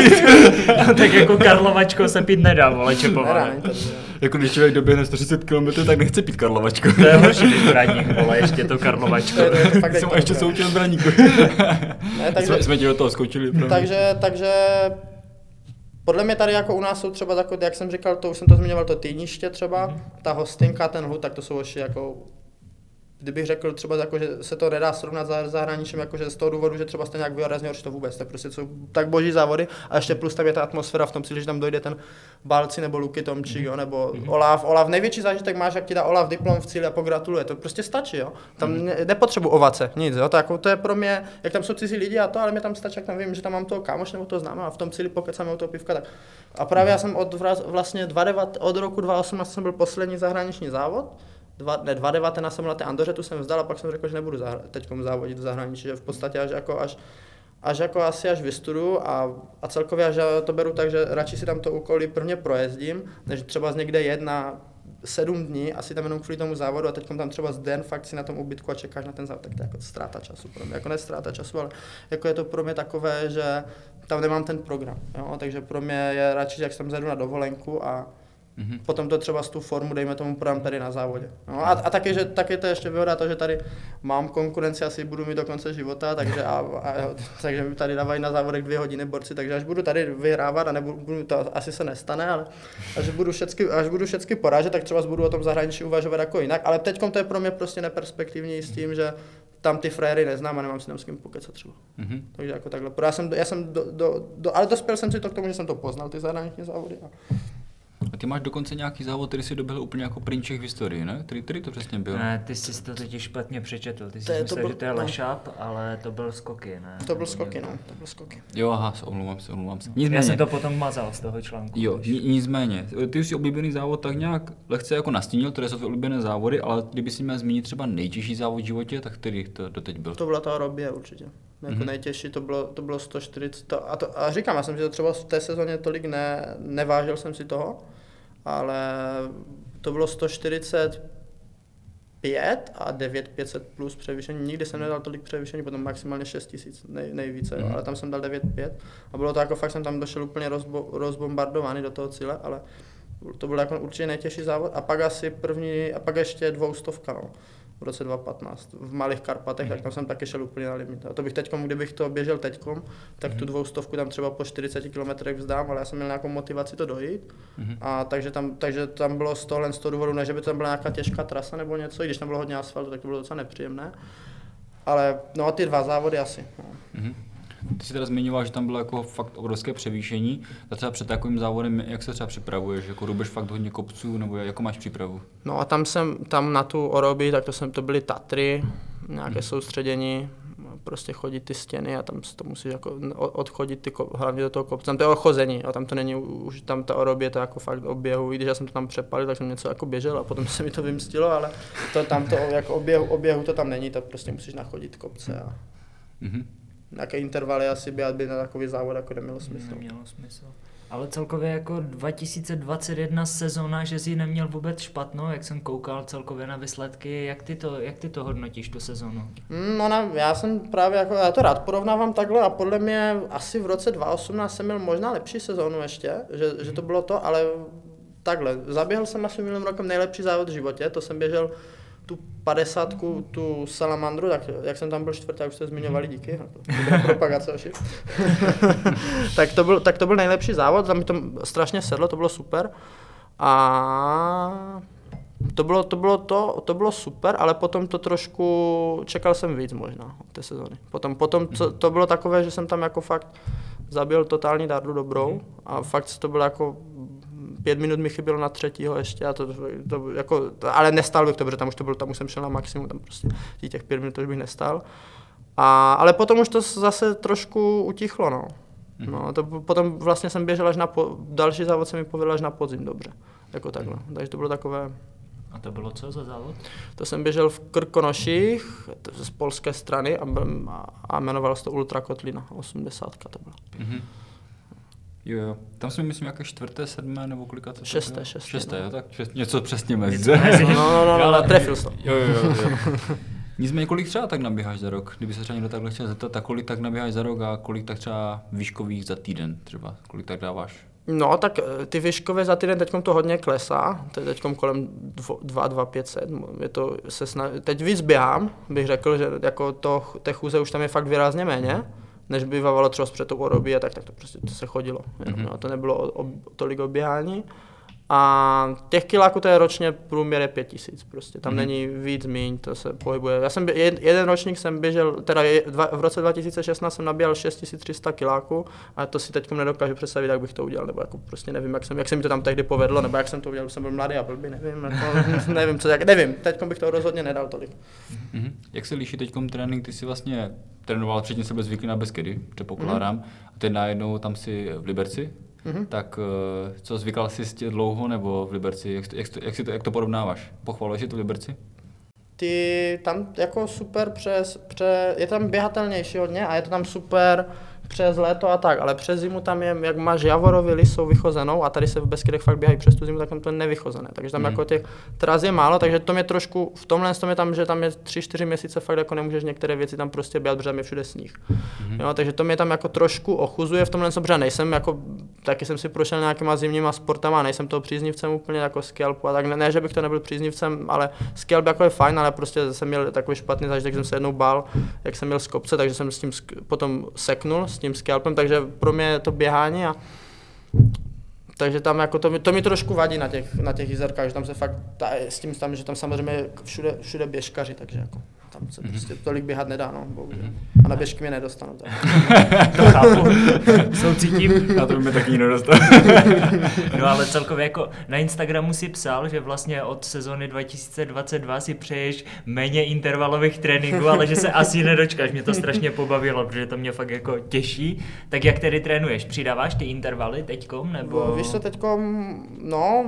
no, tak jako Karlovačko se pít nedá, vole,
Nedá,
čepované.
není to dobré.
Jako když člověk doběhne sto třicet kilometrů, tak nechce pít Karlovačko.
To je horší než Braník, vole, ještě to Karlovačko.
To je, to je to fakt
Jsem
to
ještě
dobré.
soutěl zbraníku.
Ne, takže,
jsme, jsme ti do toho skočili. Pravda.
takže, takže podle mě tady jako u nás jsou třeba, jako, jak jsem říkal, to už jsem to zmiňoval, to týdniště třeba, mm-hmm. ta hostinka, ten hlut, tak to jsou hoši jako, kdybych řekl třeba, jako, že se to nedá srovnat za zahraničím, jako, že z toho důvodu, že třeba jste nějak výrazně horší, to vůbec, tak prostě jsou tak boží závody a ještě plus tam je ta atmosféra v tom cíli, že tam dojde ten Balci nebo Luky Tomčík, jo, nebo mm-hmm. Olaf, Olaf, největší zážitek máš, jak ti dá Olaf diplom v cíli a pogratuluje, to prostě stačí, jo, tam mm-hmm. ne, nepotřebuji ovace, nic, jo, to, jako, to je pro mě, jak tam jsou cizí lidi a to, ale mě tam stačí, jak tam vím, že tam mám toho kámoš nebo to známe a v tom cíli pokecáme u toho pivka, tak. A právě já jsem od vlastně od roku dva tisíce osmnáct jsem byl poslední zahraniční závod. Dva, ne, dva devatenáct jsem na té Andoře, tu jsem vzdal a pak jsem řekl, že nebudu zahra- teďkom závodit v zahraničí, že v podstatě až jako, až, až jako asi až vystuduju a, a celkově až to beru tak, že radši si tam to úkoly prvně projezdím, než třeba z někde jet na sedm dní, asi tam jenom kvůli tomu závodu a teďkom tam třeba z den fakt si na tom ubytku a čekáš na ten závod, tak to je jako ztráta času pro mě, jako ne ztráta času, ale jako je to pro mě takové, že tam nemám ten program, jo? Takže pro mě je radši, jak jsem zjedu na dovolenku a Mm-hmm. potom to třeba z tu formu, dejme tomu, prodám tady na závodě. No, a, a taky, že taky to ještě výhoda to, že tady mám konkurenci, asi budu mít do konce života, takže, a, a, takže mi tady dávají na závodek dvě hodiny borci, takže až budu tady vyhrávat, a nebudu, to asi se nestane, ale až budu všecky, až budu všecky porážet, tak třeba budu o tom zahraničí uvažovat jako jinak, ale teďkom to je pro mě prostě neperspektivní s tím, že tam ty frajery neznám a nemám si tam s kým pokecat třeba. Mm-hmm. Takže jako takhle. Já jsem, já jsem do, do, do, ale dospěl jsem si to k tomu, že jsem to poznal, ty zahraniční závody. A...
A ty máš dokonce nějaký závod, který si dobil úplně jako prinček v historii, ne? Který, který to přesně byl?
Ne, ty jsi to totiž špatně přečetl, ty jsi
To je- to
myslel,
byl-
že to je
no.
Lešap, ale to byl skoky, ne?
To byl
Nebo
skoky,
někdo.
no, to byl skoky.
Jo, aha, omlouvám se, omlouvám se.
Já
Nicméně,
jsem to potom mazal z toho článku.
jo,
když-
ni- nicméně, ty už si oblíbený závod tak nějak lehce jako nastínil, které jsou tvoje oblíbené závody, ale kdyby si měl zmínit třeba nejtěžší závod v životě, tak který to doteď byl?
To byla ta Arabie určitě. Jako
Mhm.
mm-hmm. nejtěžší to bylo, to bylo sto čtyřicet. To, a, to, a říkám, já jsem si to třeba v té sezóně tolik ne, nevážil jsem si toho, ale to bylo sto čtyřicet pět a devět pět set plus převýšení. Nikdy jsem nedal tolik převýšení, potom maximálně šest tisíc nej, nejvíce, mm-hmm. jo, ale tam jsem dal devět pět a bylo to jako fakt, jsem tam došel úplně rozbo, rozbombardovaný do toho cíle, ale to byl jako určitě nejtěžší závod a pak asi první, a pak ještě dvoustovka, no. V roce dva tisíce patnáct v Malých Karpatech, mm. tak tam jsem taky šel úplně na limit. A to bych teďkom, kdybych to běžel teďkom, tak mm. tu dvoustovku tam třeba po čtyřiceti kilometrech vzdám, ale já jsem měl nějakou motivaci to dojít. Mm. A takže tam, takže tam bylo z tohle z toho důvodu, ne, že by to tam byla nějaká těžká trasa nebo něco, i když tam bylo hodně asfaltu, tak to bylo docela nepříjemné. Ale no ty dva závody asi. No.
Mm-hmm. Ty jsi teda zmiňoval, že tam bylo jako fakt obrovské převýšení. A třeba před takovým závodem, jak se třeba připravuješ? Jako rubeš fakt hodně kopců, nebo jako máš přípravu?
No a tam jsem, tam na tu Orobii, tak to, jsem, to byly Tatry, nějaké hmm. soustředění, prostě chodit ty stěny a tam to musíš jako odchodit ty, hlavně do toho kopce. Tam to je ochození, a tam to není už, tam ta Orobie to jako fakt oběhu, i když já jsem to tam přepalil, tak jsem něco jako běžel a potom se mi to vymstilo, ale to tam to jako oběhu, oběhu to tam není, to prostě musíš nachodit kopce a
Mm-hmm.
nějaké intervaly asi by, by na takový závod jako nemělo smysl.
Nemělo smysl. Ale celkově jako dva tisíce dvacet jedna sezóna, že jsi neměl vůbec špatnou, jak jsem koukal celkově na výsledky, jak ty to, jak ty to hodnotíš tu sezónu?
Mm, no ne, já jsem právě jako, já to rád porovnávám takhle a podle mě asi v roce dva tisíce osmnáct jsem měl možná lepší sezónu ještě, že, že to bylo to, ale takhle, zaběhl jsem asi minulým rokem nejlepší závod v životě, to jsem běžel tu padesátku, tu salamandru, tak jak jsem tam byl čtvrtý, jak už jste zmiňovali, díky, dobrá propagace, oši. tak, to byl, tak to byl nejlepší závod, tam mi to strašně sedlo, to bylo super. A to bylo to, bylo to, to bylo super, ale potom to trošku, čekal jsem víc možná od té sezony. Potom, potom to, to bylo takové, že jsem tam jako fakt zabil totální dardu dobrou a fakt to bylo jako pět minut mi chybělo na třetího ještě a to, to jako, ale nestál bych to, protože tam už to bylo, tam už jsem šel na maximum, tam prostě těch pět minut už bych nestál. A, ale potom už to zase trošku utichlo, no. No, to potom vlastně jsem běžel až na, po, další závod se mi povedl až na podzim dobře, jako takhle, takže to bylo takové.
A to bylo co za závod?
To jsem běžel v Krkonoších z polské strany a, a jmenovalo se to Ultra Kotlina, osmdesátka to byla.
Mm-hmm. Jo, jo. Tam jsme myslím jaké čtvrté, sedmé nebo kolika to
šesté, šesté.
Šesté,
no.
jo, tak šest, něco přesně mezi.
No, no, no, no, no trefil jsi to.
Jo, jo, jo. jo. Nicméně kolik třeba tak naběháš za rok? Kdyby se třeba někdo takhle chtěl zeptat, tak kolik tak naběháš za rok a kolik tak třeba výškových za týden třeba? Kolik tak dáváš?
No, tak ty výškové za týden teďkom to hodně klesá, to je teďkom kolem dva, dva, pět set, je to se snaž... teď víc běhám, bych řekl, že jako to, té chůze už tam je fakt výrazně méně, než bývalo třeba před tou orobí a tak, tak to prostě to se chodilo, jenom, mm-hmm. no, to nebylo o, o, tolik oběhání. A těch kiláků to je ročně průměr je pět tisíc, prostě tam mm-hmm. není víc, míň, to se pohybuje. Já jsem bě, jeden ročník jsem běžel, teda je, dva, v roce dva tisíce šestnáct jsem nabíjel šest tisíc tři sta kiláků a to si teď nedokážu představit, jak bych to udělal, nebo jako prostě nevím, jak, jsem, jak se mi to tam tehdy povedlo, nebo jak jsem to udělal, jsem byl mladý a blbý, nevím, jako, nevím, co, jak, nevím, teď bych to rozhodně nedal tolik.
Mm-hmm. Jak se liší teď trénink, ty si vlastně trénoval předtím se byl zvyklý na Beskedy, předpokládám, mm-hmm. a teď najednou tam si v Liberci. Mm-hmm. Tak co, zvykal jsi dlouho nebo v Liberci, jak, jak, jak, si to, jak to porovnáváš? Pochvaluješ si to v Liberci?
Ty tam jako super přes, přes, je tam běhatelnější hodně a je to tam super přes léto a tak, ale přes zimu tam je, jak máš Javorovy lisou vychozenou a tady se v Beskydech fakt běhají přes tu zimu, tak tam to je nevychozené, takže tam mm. jako těch tras je málo, takže to mě trošku, v tomhle tom je tam, že tam je tři čtyři měsíce fakt jako nemůžeš některé věci tam prostě běhat, protože tam je všude sníh. Mm. Jo, takže to mě tam jako trošku ochuzuje v tomhle tom, protože nejsem jako, taky jsem si prošel nějakýma zimníma sportama, nejsem toho příznivcem úplně jako scalpu a tak, ne, ne, že bych to nebyl příznivcem, ale scalp jako je fajn, ale prostě jsem měl takový špatný zážitek, jsem se jednou bál, jak jsem měl z kopce, takže jsem s tím potom seknul s tím scalpem, takže pro mě je to běhání a takže tam jako to, to mi trošku vadí na těch, na těch jizerkách, že tam se fakt, ta, s tím tam, že tam samozřejmě všude, všude běžkaři, takže jako tam se mm-hmm. prostě tolik běhat nedá, no, bohužel. Mm-hmm. A na běžky mě nedostanu.
To chápu, soucítím.
A to by mě taky nikdo dostal.
No ale celkově jako na Instagramu si psal, že vlastně od sezóny dva tisíce dvacet dva si přeješ méně intervalových tréninků, ale že se asi nedočkáš, mě to strašně pobavilo, protože to mě fakt jako těší. Tak jak tedy trénuješ? Přidáváš ty intervaly teďkom, nebo?
Víš co, teďkom, no,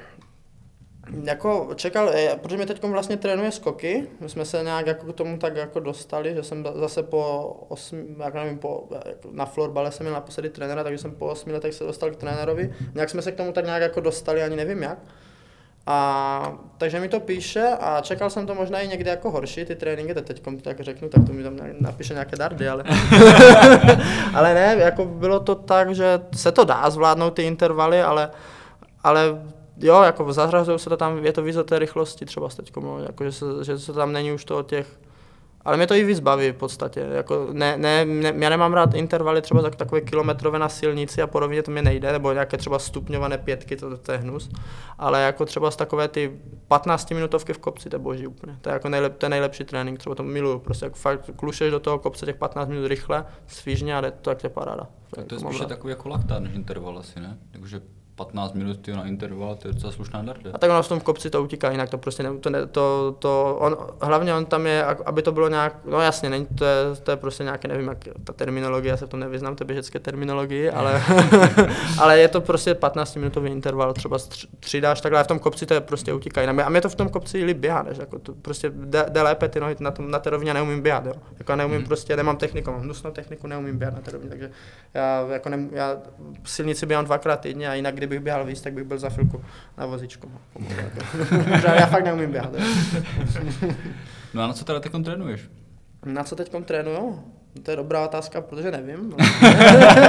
jako čekal, protože mě teďkom vlastně trénuje skoky, my jsme se nějak jako k tomu tak jako dostali, že jsem zase po osmi, jak nevím, po, na florbale jsem měl naposledy trenéra, takže jsem po osmi letech se dostal k trenérovi, nějak jsme se k tomu tak nějak jako dostali, ani nevím jak. A takže mi to píše a čekal jsem to možná i někdy jako horší, ty tréninky, teď tak řeknu, tak to mi tam napíše nějaké dardy, ale ale ne, jako bylo to tak, že se to dá zvládnout ty intervaly, ale, ale jo, jako zahrazují se to tam, je to víc o té rychlosti třeba teďko, no, jako, že, se, že se tam není už to o těch, ale mě to i víc baví v podstatě, jako ne, ne, ne, já nemám rád intervaly třeba tak, takové kilometrové na silnici a podobně, to mě nejde, nebo nějaké třeba stupňované pětky, to, to je hnus, ale jako třeba z takové ty patnáctiminutovky v kopci, to je boží úplně, to je jako nejlep, to je nejlepší trénink, třeba to miluju, prostě jako fakt klušeš do toho kopce těch patnáct minut rychle, svížně a jde to, jak je paráda.
Tak to je spíše takový jako laktár než interval asi, ne? Takže patnáct minut tyjo, na interval, to je docela slušná darda.
A tak ono v tom kopci to utíká, jinak to prostě ne, to, ne, to, to on, hlavně on tam je, aby to bylo nějak, no jasně, není, to, je, to je prostě nějaké, nevím, jak ta terminologie, já se v tom nevyznám, to běžecké terminologii, ale, ale je to prostě patnáctiminutový interval, třeba tři dáš takhle, a v tom kopci to je prostě utíká, jinak. A mě to v tom kopci líp běhá, než jako to prostě jde, jde lépe ty nohy na, tom, na té rovině, neumím běhat, jo. Jako neumím hmm. prostě, nemám techniku, mám hnusnou techniku, neumím běhat na té rovině, takže já jako ne, já silnici běhám dvakrát týdně a jinak kdybych běhal víc, tak bych byl za chvilku na vozíčku. Já fakt neumím běhat.
No a na co teda teďkom trénuješ?
Na co teďkom trénuju? To je dobrá otázka, protože nevím.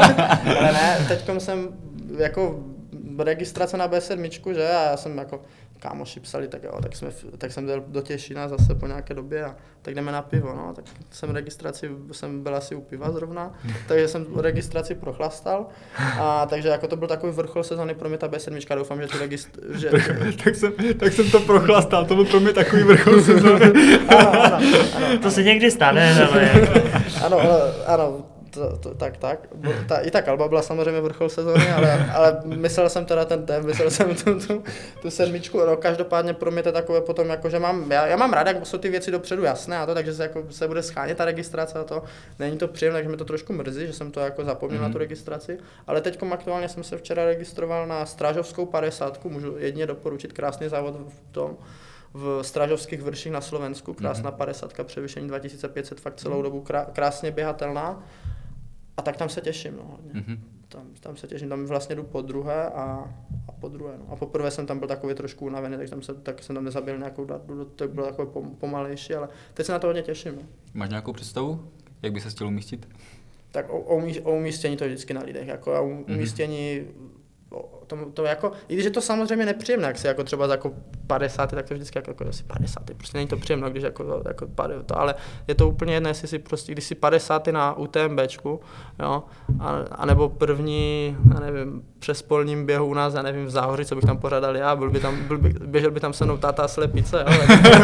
Ale ne, teďkom jsem jako registrace na bé sedm, že? A já jsem jako kámoši psali, tak jo, tak, jsme, tak jsem jel do Těšína zase po nějaké době a tak jdeme na pivo, no, tak jsem registraci, jsem byl asi u piva zrovna, takže jsem registraci prochlastal a takže jako to byl takový vrchol sezóny pro mě ta bé sedm, doufám, že tu registr... Že,
tak, jsem, tak jsem to prochlastal, to byl pro mě takový vrchol sezóny.
ano, ano, ano,
to se někdy stane, ale...
ano, ano, To, to, tak, tak. Ta, I ta kalba byla samozřejmě vrchol sezóny, ale, ale myslel jsem teda ten ten, myslel jsem tu, tu, tu sedmičku. No, každopádně pro mě to je takové potom, jako, že mám, já, já mám rád, jak jsou ty věci dopředu jasné a to, takže se, jako, se bude schánět ta registrace a to. Není to příjemné, takže mi to trošku mrzí, že jsem to jako zapomněl mm-hmm. na tu registraci. Ale teď aktuálně jsem se včera registroval na strážovskou padesátku, můžu jedině doporučit, krásný závod v tom. V Strážovských vrších na Slovensku, krásná padesátka, převyšení dva tisíce pět set, fakt celou dobu krásně běhatelná. A tak tam se těším, no, hodně. Mm-hmm. Tam, tam se těším, tam vlastně jdu po druhé a, a po druhé, no. A poprvé jsem tam byl takový trošku unavený, tak, tam se, tak jsem tam nezabil nějakou datu, to bylo takové pomalejší, ale teď se na to hodně těším. No.
Máš nějakou představu, jak by se chtěl umístit?
Tak o, o, o umístění to je vždycky na lidech, jako a umístění, to, to jako, i když je to samozřejmě nepříjemné, jak si jako třeba jako padesát, tak to vždycky jako, jako asi padesát, prostě není to příjemné, když jako, jako to, ale je to úplně jedno, jestli si prostě, když si padesát na UTMBčku, jo, a, anebo první, já nevím, přes polním běhu u nás, já nevím, v Záhoři, co bych tam pořádal já, byl by tam, byl by, běžel by tam se mnou táta slepice, jo,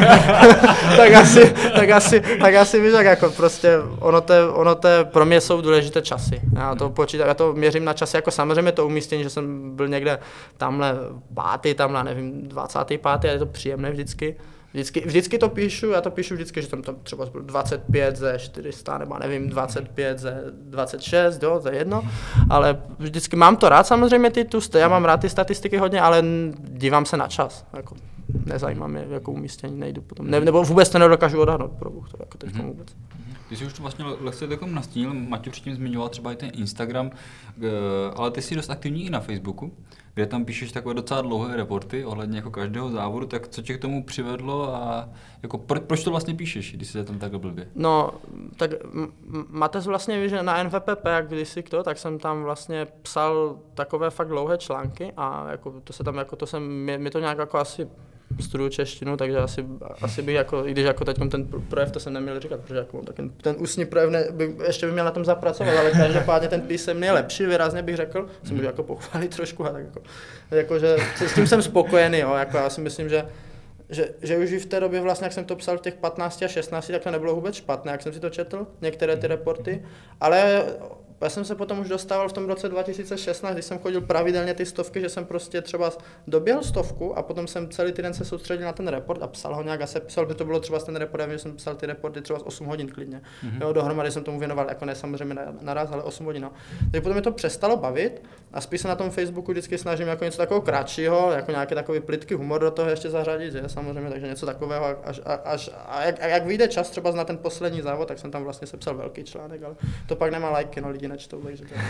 tak asi, tak asi, tak asi víš, jak jako prostě, ono to, ono to, pro mě jsou důležité časy, já to počítám, já to měřím na časy, jako samozřejmě to umístění, že jsem byl někde tamhle pátý, tamhle nevím, dvacátý pátý, a je to příjemné vždycky. Vždycky, vždycky to píšu, já to píšu vždycky, že jsem tam třeba byl dvacet pět ze čtyři sta, nebo nevím, dvacet pět ze dvacet šest, jo, za jedno, ale vždycky mám to rád samozřejmě ty tu, já mám rád ty statistiky hodně, ale dívám se na čas, jako nezajímá mě jako umístění, nejdu potom, ne, nebo vůbec to nedokážu odhadnout, pro Bůh, to jako teďka vůbec.
Ty jsi už to vlastně lehce takom nastínil, Maťo předtím zmiňoval třeba i ten Instagram, ale ty jsi dost aktivní i na Facebooku, kde tam píšeš takové docela dlouhé reporty ohledně jako každého závodu, tak co tě k tomu přivedlo a jako pro, proč to vlastně píšeš, když jsi tam takhle blbě?
No, tak Matez vlastně ví, že na N V P P, jak kdysi to, tak jsem tam vlastně psal takové fakt dlouhé články a jako to se tam jako to jsem, mi to nějak jako asi studuju češtinu, takže asi, asi bych jako, i když jako teď ten projev, to jsem neměl říkat, protože jako tak ten, ten ústní projev ne, by, ještě by měl na tom zapracovat, ale každopádně ten písemný je lepší, výrazně bych řekl, si můžu jako pochválit trošku a tak jako, jako že s tím jsem spokojený, jo, jako já si myslím, že Že, že už i v té době vlastně, jak jsem to psal v těch patnácti a šestnácti, tak to nebylo vůbec špatné, jak jsem si to četl, některé ty reporty, ale já jsem se potom už dostával v tom roce dva tisíce šestnáct, když jsem chodil pravidelně ty stovky, že jsem prostě třeba doběhl stovku a potom jsem celý týden se soustředil na ten report a psal ho nějak a se psal, by to bylo třeba ten report, že jsem psal ty reporty třeba z osm hodin klidně. Mm-hmm. Jo, dohromady jsem tomu věnoval, jako ne samozřejmě naraz, ale osm hodin. No. Takže potom mě to přestalo bavit a spíš se na tom Facebooku vždycky snažím jako něco takového kratšího, jako nějaké takový plytký humor do toho ještě zařadit, že samozřejmě, takže něco takového až, až a jak, a jak vyjde čas třeba na ten poslední závod, tak jsem tam vlastně sepsal velký článek, ale to pak nemá lajky, no lidi nečtou, takže to...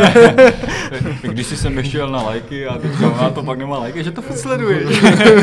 Když jsi sem nešel na lajky a teď na to pak nemá lajky, že to furt sleduješ.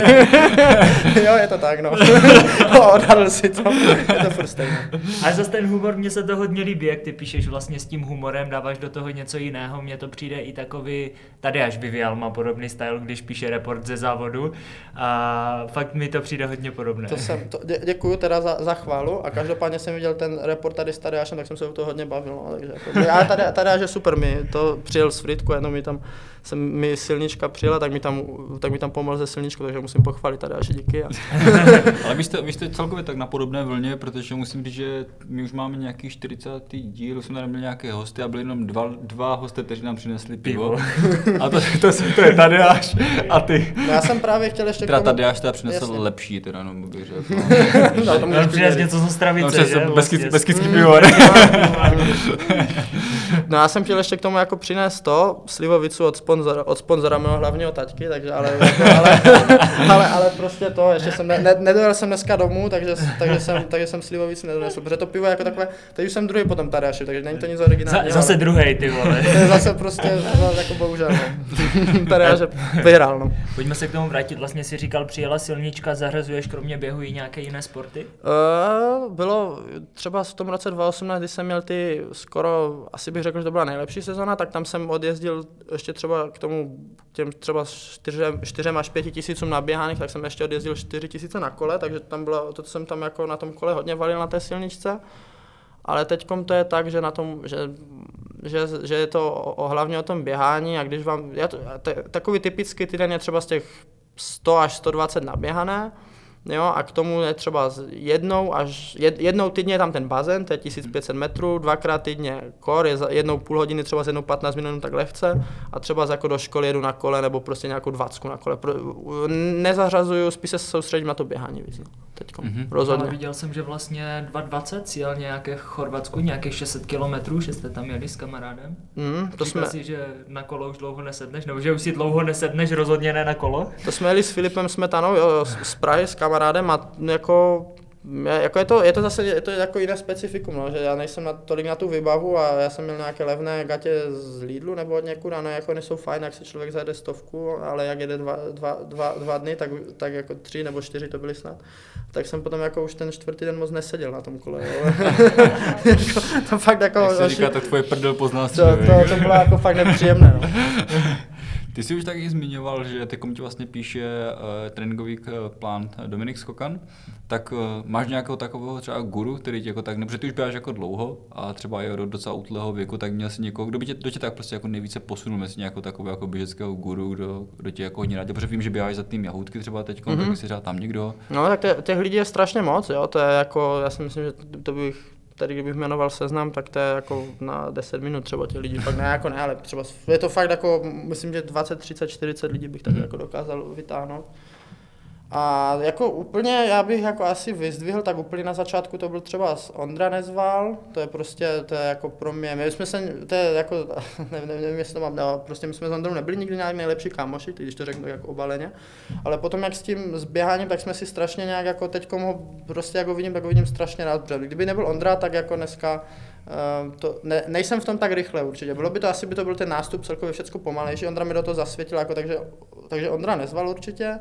Jo, je to tak, no. No, odhadl si to, je to furt stejné.
Ale zase ten humor, mně se to hodně líbí, jak ty píšeš vlastně s tím humorem, dáváš do toho něco jiného, mně to přijde i takový, tady až Vivial má podobný style, když píše report ze závodu a fakt mi to přijde hodně podobné.
To jsem, to, dě, děkuju teda za, za chválu a každopádně jsem viděl ten report tady s Tadeášem, tak jsem se u toho hodně bavil, no, takže jako, ale tady, Tadeáš je super, mi to přijel z Fritku, jenom mi tam, jsem, mi silnička přijela, tak mi tam, tak mi tam pomohl ze silničkou, takže musím pochválit Tadeáši, díky. A...
Ale vy jste, vy jste celkově tak na podobné vlně, protože musím říct, že my už máme nějaký čtyřicátý díl, jsme tady měli nějaké hosty a byli jenom dva, dva hosty, kteří nám přinesli pivo. A to, to, to, to je Tadeáš a ty.
No já jsem právě chtěl ještě
teda Tadeáš teda přinesl jasně. Lepší, teda, no, bych řekl.
No, to můžeš přinést něco z Ostravice,
no,
že?
Beskický vlastně. pivo.
No já jsem chtěl ještě k tomu jako přinést to, slivovicu od sponzora, od sponzora mého hlavního taťky, takže ale, jako, ale, ale, ale prostě to, ještě jsem, ne, nedojel jsem dneska domů, takže, takže, jsem, takže jsem slivovici nedonesl, protože to pivo jako takhle, teď už jsem druhý potom Tadeáši, takže není to nic originálního.
Zase ale, druhej, ty vole.
To je zase prostě, jako bohužel, no. Tadeáš vyhrál, no.
Pojďme se k tomu vrátit, vlastně si říkal, přijela silnička, zahrazuješ kromě běhu i nějaké jiné sporty?
Uh, bylo třeba v tom roce dva tisíce osmnáct, kdy jsem měl ty skoro, asi bych řekl, že to byla nejlepší sezona, tak tam jsem odjezdil ještě třeba přišel k tomu těm třeba čtyřem, čtyřem až pěti tisícům naběhaných, tak jsem ještě odjezdil čtyři tisíce na kole, takže tam bylo, to jsem tam jako na tom kole hodně valil na té silničce. Ale teďkom to je tak, že, na tom, že, že, že je to o, hlavně o tom běhání a když vám, já to, t, takový typický týden je třeba z těch sto až sto dvacet naběhané, jo, a k tomu je třeba jednou až jed, jednou týdně je tam ten bazén, to je tisíc pět set metrů, dvakrát týdně kor, je za jednou půl hodiny třeba z jednou patnáct minut tak lehce a třeba jako do školy jedu na kole nebo prostě nějakou dvacku na kole. Pro, nezařazuju, spíš se soustředím na to běhání víc, no, teďko, mm-hmm. rozhodně.
Ale viděl jsem, že vlastně dva dvacet cíl nějaké v Chorvatsku, nějakých šest set kilometrů, že jste tam jeli s kamarádem.
Mm, to
Říkal
jsme...
si, že na kolo už dlouho nesedneš, nebo že už si dlouho nesedneš, rozhodně ne na kolo?
To jsme jeli s Filipem Smetanou, jo, z Prahy, s kamarádem a jako, jako je, to, je to zase je to jako jiné specifikum, no, že já nejsem na, tolik na tu výbavu a já jsem měl nějaké levné gatě z Lidlu nebo od někud, ano, jako nejsou fajn, jak si člověk zajede stovku, ale jak jede dva, dva, dva, dva dny, tak, tak jako tři nebo čtyři to byly snad. Tak jsem potom jako už ten čtvrtý den moc neseděl na tom kole, jo. Jako, to fakt jako...
Jak se říká, tak tvoje prdel pozná
to, to, to bylo jako fakt nepříjemné, no.
Ty jsi už taky zmiňoval, že teď ti vlastně píše uh, tréninkový plán Dominik Skokan, tak uh, máš nějakého takového třeba guru, který tě jako tak, nebo že ty už běháš jako dlouho a třeba je do docela útlého věku, tak měl jsi někoho, kdo by tě, kdo tě tak prostě jako nejvíce posunul, mezi nějakého takového jako běžeckého guru, kdo, kdo tě jako hodně rád, protože vím, že běháš za tým Jahůdky třeba teď, mm-hmm. tak si třeba tam někdo.
No tak těch, těch lidí je strašně moc, jo, to je jako, já si myslím, že to bych tady kdybych jmenoval seznam, tak to je jako na deset minut třeba těch lidí, pak ne jako ne, ale třeba je to fakt jako, myslím, že dvacet, třicet, čtyřicet lidí bych tak jako dokázal vytáhnout. A jako úplně, já bych jako asi vyzdvihl, tak úplně na začátku to byl třeba Ondra Nezval, to je prostě, to je jako pro mě, my jsme se, to je jako, nevím, nevím jestli to mám, no, prostě my jsme s Ondrou nebyli nikdy nějak nejlepší kámoši, když to řeknu jako obaleně, ale potom jak s tím zběháním, tak jsme si strašně nějak jako teďkom ho prostě jako vidím, tak ho vidím strašně rád, protože kdyby nebyl Ondra, tak jako dneska Uh, to, ne, nejsem v tom tak rychle určitě, bylo by to, asi by to byl ten nástup celkově všechno pomalejší, Ondra mi do toho zasvětil, jako, takže, takže Ondra Nezval určitě.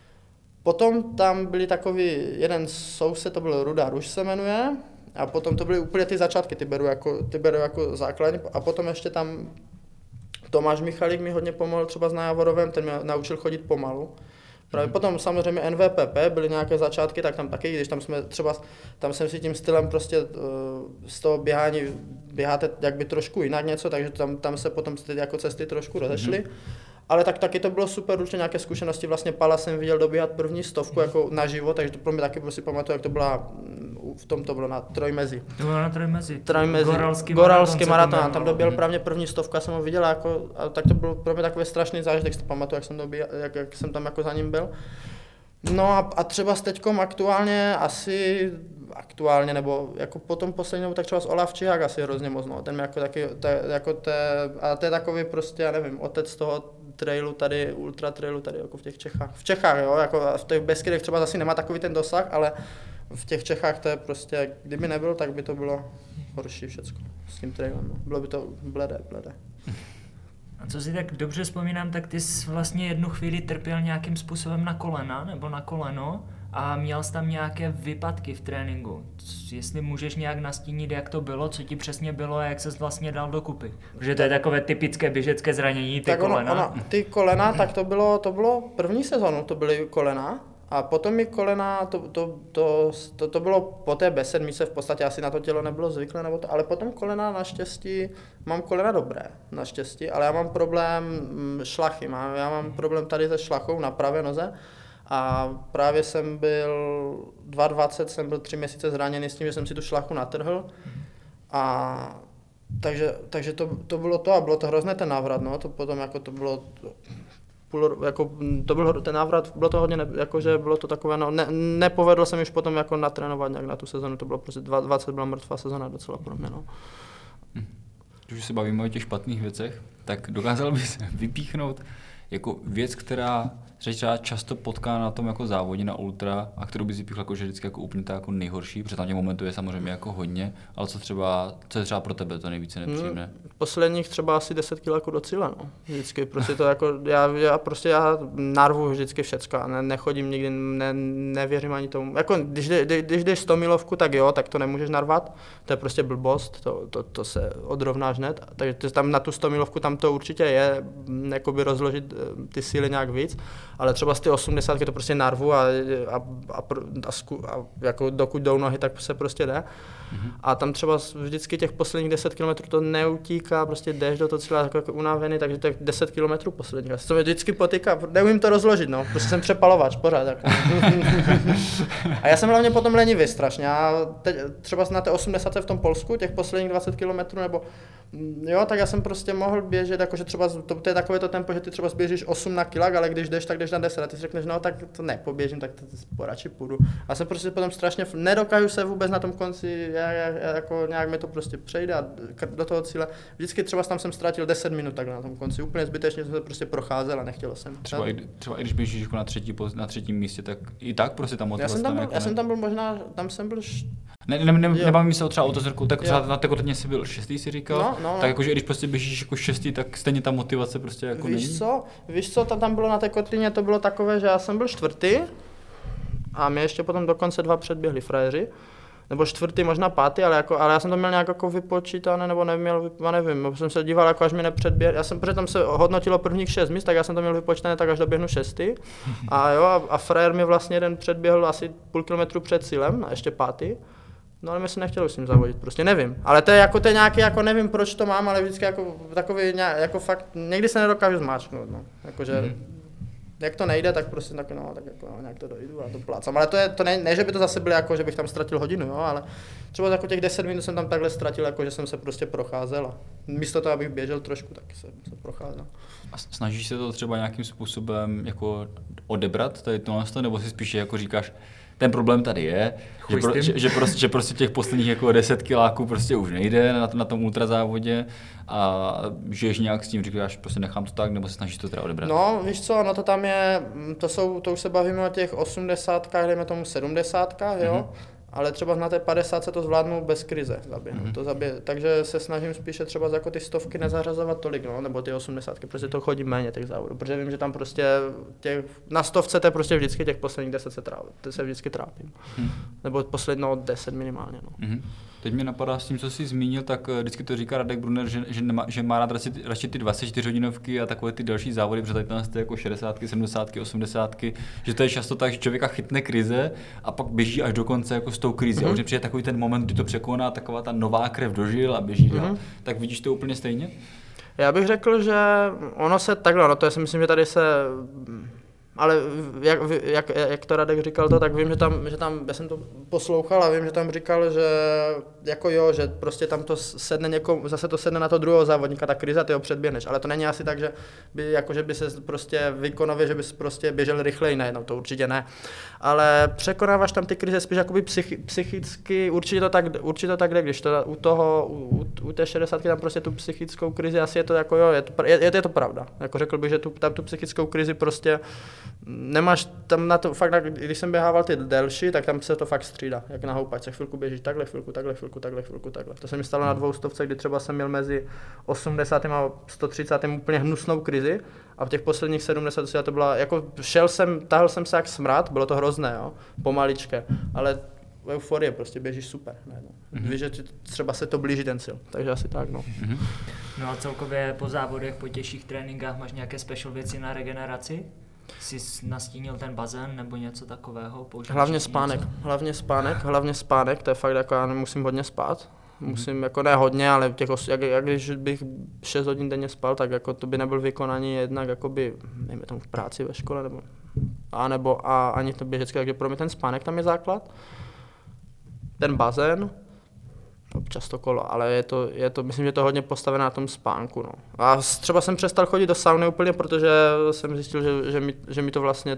Potom tam byli takový jeden soused, to byl Ruda Ruš se jmenuje, a potom to byly úplně ty začátky, ty beru jako, ty beru jako základní, a potom ještě tam Tomáš Michalík mi hodně pomohl třeba s Návorovem, ten mě naučil chodit pomalu. Právě mm. potom samozřejmě N V P P byly nějaké začátky, tak tam taky, když tam jsme třeba, tam jsem si tím stylem prostě uh, z toho běhání běháte jakby trošku jinak něco, takže tam, tam se potom ty jako cesty trošku rozešly. Mm. Ale tak taky to bylo super, určitě nějaké zkušenosti, vlastně Pala jsem viděl dobíhat první stovku jako naživo, takže to pro mě taky prostě pamatuju, jak to byla, v tom to bylo na Trojmezi.
To bylo na Trojmezi,
Trojmezi.
Goralský,
Goralský maraton, tam doběhl právě první stovku, já jsem ho viděl, jako, a tak to byl pro mě takový strašný zážitek, si to pamatuju, jak jsem, dobíhal, jak, jak jsem tam jako za ním byl. No a, a třeba s teďkom aktuálně asi, aktuálně nebo jako potom poslední nebo tak třeba s Olaf Čihák asi hrozně moc, no. Ten jako taky, te, jako te, a to je takový prostě, já nevím, otec toho trailu tady, ultra trailu tady jako v těch Čechách. V Čechách, jo, jako v těch Beskydech třeba zase nemá takový ten dosah, ale v těch Čechách to je prostě, kdyby nebyl, tak by to bylo horší všecko s tím trailem, no. Bylo by to bledé, bledé.
A co si tak dobře vzpomínám, tak ty jsi vlastně jednu chvíli trpěl nějakým způsobem na kolena nebo na koleno a měl jsi tam nějaké výpadky v tréninku. Jestli můžeš nějak nastínit, jak to bylo, co ti přesně bylo a jak ses vlastně dal dokupy. Protože to je takové typické běžecké zranění, ty
tak
kolena.
Ono, ono, ty kolena, tak to bylo, to bylo první sezonu, to byly kolena. A potom mi kolena, to, to, to, to, to bylo po té bé sedm, v podstatě asi na to tělo nebylo zvyklé, nebo to, ale potom kolena naštěstí, mám kolena dobré, naštěstí, ale já mám problém šlachy, mám, já mám problém tady se šlachou na pravé noze a právě jsem byl dvacet dva, jsem byl tři měsíce zraněný s tím, že jsem si tu šlachu natrhl a takže, takže to, to bylo to a bylo to hrozné ten návrat, no, to potom jako to bylo... Půl, jako, to byl ten návrat, bylo to hodně, ne, jakože bylo to takové, no, ne, nepovedlo se mi už potom jako natrénovat nějak na tu sezonu, to bylo prostě dvacet byla mrtvá sezona docela pro mě, no.
Když se bavíme o těch špatných věcech, tak dokázal bys vypíchnout jako věc, která se třeba často potká na tom jako závodě na ultra a kterou by si píchl jako, že vždycky jako úplně tak jako nejhorší, protože tam těch momentů je samozřejmě jako hodně, ale co třeba, co je třeba pro tebe to nejvíce nepříjemné?
Hmm, posledních třeba asi deset kg jako do cíle, no. Vždycky prostě to jako, já, já prostě já narvu vždycky všecko a ne, nechodím nikdy, ne, nevěřím ani tomu. Jako když, když, když jdeš sto milovku, tak jo, tak to nemůžeš narvat, to je prostě blbost, to, to, to se odrovnáš hned, takže tam na tu sto milovku tam to určitě je, jakoby rozložit ty síly nějak víc, ale třeba z ty osmdesátky to prostě narvu a, a, a, a, zku, a jako dokud jdou nohy, tak se prostě jde. Mm-hmm. A tam třeba vždycky těch posledních deset kilometrů to neutíká, prostě jdeš do toho cíle jako, jako unavený, takže to je deset kilometrů posledních. To mě vždycky potýká, neumím to rozložit, no, prostě jsem přepalovač, pořád. Jako. A já jsem hlavně potom lenivý strašně. Já teď, třeba na té osmdesátce v tom Polsku, těch posledních dvacet kilometrů, nebo jo, tak já jsem prostě mohl běžet, jakože třeba to, to je takové to tempo, že ty třeba zběžíš osm na kilák, ale když jdeš, tak jdeš na deset a ty si řekneš, no tak to nepoběžím, tak to, to radši půjdu. A jsem prostě potom strašně, nedokážu se vůbec na tom konci, já, já, já, jako nějak mi to prostě přejde a do toho cíle. Vždycky třeba tam jsem ztratil deset minut takhle na tom konci, úplně zbytečně jsem se prostě procházel a nechtěl jsem.
Třeba, i, třeba i když běžíš jako na, třetí, na třetím místě, tak i tak prostě tam motivace.
Já jsem tam byl,
jako
já jsem tam byl možná, tam jsem byl š...
Ne, ne, ne, nebavím se o třeba autozrku, tak třeba na tekotně jsi byl šestý, si říkal,
no, no, no.
tak jakože když prostě běžíš jako šestý, tak stejně ta motivace prostě jako
Víš
není.
co, víš co, tam, tam bylo na té kotlině, to bylo takové, že já jsem byl čtvrtý a mě ještě potom dokonce dva předběhli frajeři, nebo čtvrtý, možná pátý, ale, jako, ale já jsem to měl nějak jako vypočítané, nebo neměl, já nevím, jsem se díval, jako až mi nepředběhl, já jsem, protože tam se hodnotilo prvních šest míst, tak já jsem to měl vypočítané tak až doběhnu šestý. A jo, a, a frajer mi vlastně jeden předběhl asi půl kilometru před cílem, a ještě pátý. No ale mi se nechtělo s ním závodit, prostě nevím. Ale to je jako to je nějaký, jako nevím proč to mám, ale vždycky jako takový, jako fakt, někdy se nedokážu zmáčknout, no. Jakože, mm-hmm. jak to nejde, tak prostě tak no, tak jako no, nějak to dojdu a to plácám. Ale to je, to ne, ne, že by to zase bylo jako, že bych tam ztratil hodinu, jo, ale třeba jako těch deset minut jsem tam takhle ztratil, jako že jsem se prostě procházel a místo toho, abych běžel trošku, tak jsem se procházel.
A snažíš se to třeba nějakým způsobem jako odebrat, tady tohle, nebo si spíše jako říkáš, ten problém tady je, že, pro, že, že, prostě, že prostě těch posledních jako deset kiláků prostě už nejde na, na tom ultrazávodě a žiješ nějak s tím, říkáš, prostě nechám to tak, nebo se snažíš to teda odebrat?
No, víš co, no to tam je, to jsou, to už se bavíme o těch osmdesátkách, dejme tomu sedmdesátkách, jo, mm-hmm. ale třeba na té padesátce to zvládnu bez krize zaběhnout, mm-hmm. to zabě, takže se snažím spíše třeba jako ty stovky nezařazovat tolik, no, nebo ty osmdesátky, protože to chodí méně těch závodů, protože vím, že tam prostě těch, na stovce to je prostě vždycky těch posledních deset se tráví, to se vždycky trápím, mm-hmm. nebo poslední no, deset minimálně, no.
Mm-hmm. Teď mě napadá s tím, co jsi zmínil, tak vždycky to říká Radek Brunner, že, že, nemá, že má rád radši, radši ty dvacet čtyři hodinovky a takové ty další závody, protože tady to jako šedesátky, sedmdesátky, osmdesátky, že to je často tak, že člověka chytne krize a pak běží až do konce jako s tou krizí. Mm-hmm. A už přijde takový ten moment, kdy to překoná taková ta nová krev do žil a běží dál. Mm-hmm. Tak vidíš to úplně stejně?
Já bych řekl, že ono se takhle, no to já si myslím, že tady se... Ale jak, jak, jak to Radek říkal to, tak vím, že tam, že tam, já jsem to poslouchal a vím, že tam říkal, že jako jo, že prostě tam to sedne někomu, zase to sedne na to druhého závodníka, ta krize, ty ho předběhneš, ale to není asi tak, že by, jako, že by se prostě výkonově, že bys prostě běžel rychleji, najednou, to určitě ne. Ale překonáváš tam ty krize spíš jakoby psychi, psychicky, určitě to tak, určitě to tak jde, když to u toho, u, u té šedesátky tam prostě tu psychickou krizi, asi je to jako jo, je to, je, je to pravda, jako řekl bych, že tu, tam tu psychickou krizi prostě nemáš tam na to, fakt, když jsem běhával ty delší, tak tam se to fakt střídá, jak na houpačce, chvilku běžíš takhle, chvilku takhle, chvilku takhle, chvilku takhle. To se mi stalo na dvoustovce, kdy třeba jsem měl mezi osmdesátým a sto třicátým úplně hnusnou krizi a v těch posledních sedmdesáti to byla, jako šel jsem, tahal jsem se jak smrad, bylo to hrozné, jo, pomaličké, ale euforie, prostě běžíš super, najednou. Mm-hmm. Víš, že třeba se to blíží ten cíl, takže asi tak, no.
Mm-hmm.
No a celkově po závodech, po těžších tréninkách máš nějaké special věci na regeneraci? Jsi nastínil ten bazén nebo něco takového?
Hlavně spánek, něco? hlavně spánek, hlavně spánek, to je fakt jako já musím hodně spát. Musím, mm-hmm. jako ne hodně, ale těch os, jak, jak když bych šest hodin denně spal, tak jako to by nebyl výkon ani jednak jakoby, nejme tomu v práci, ve škole, nebo a nebo a ani to běžecké, takže pro mě ten spánek tam je základ. Ten bazén, občas to kolo, ale je to, je to, myslím, že je to hodně postavené na tom spánku, no. A třeba jsem přestal chodit do sauny úplně, protože jsem zjistil, že, že, mi, že mi to vlastně,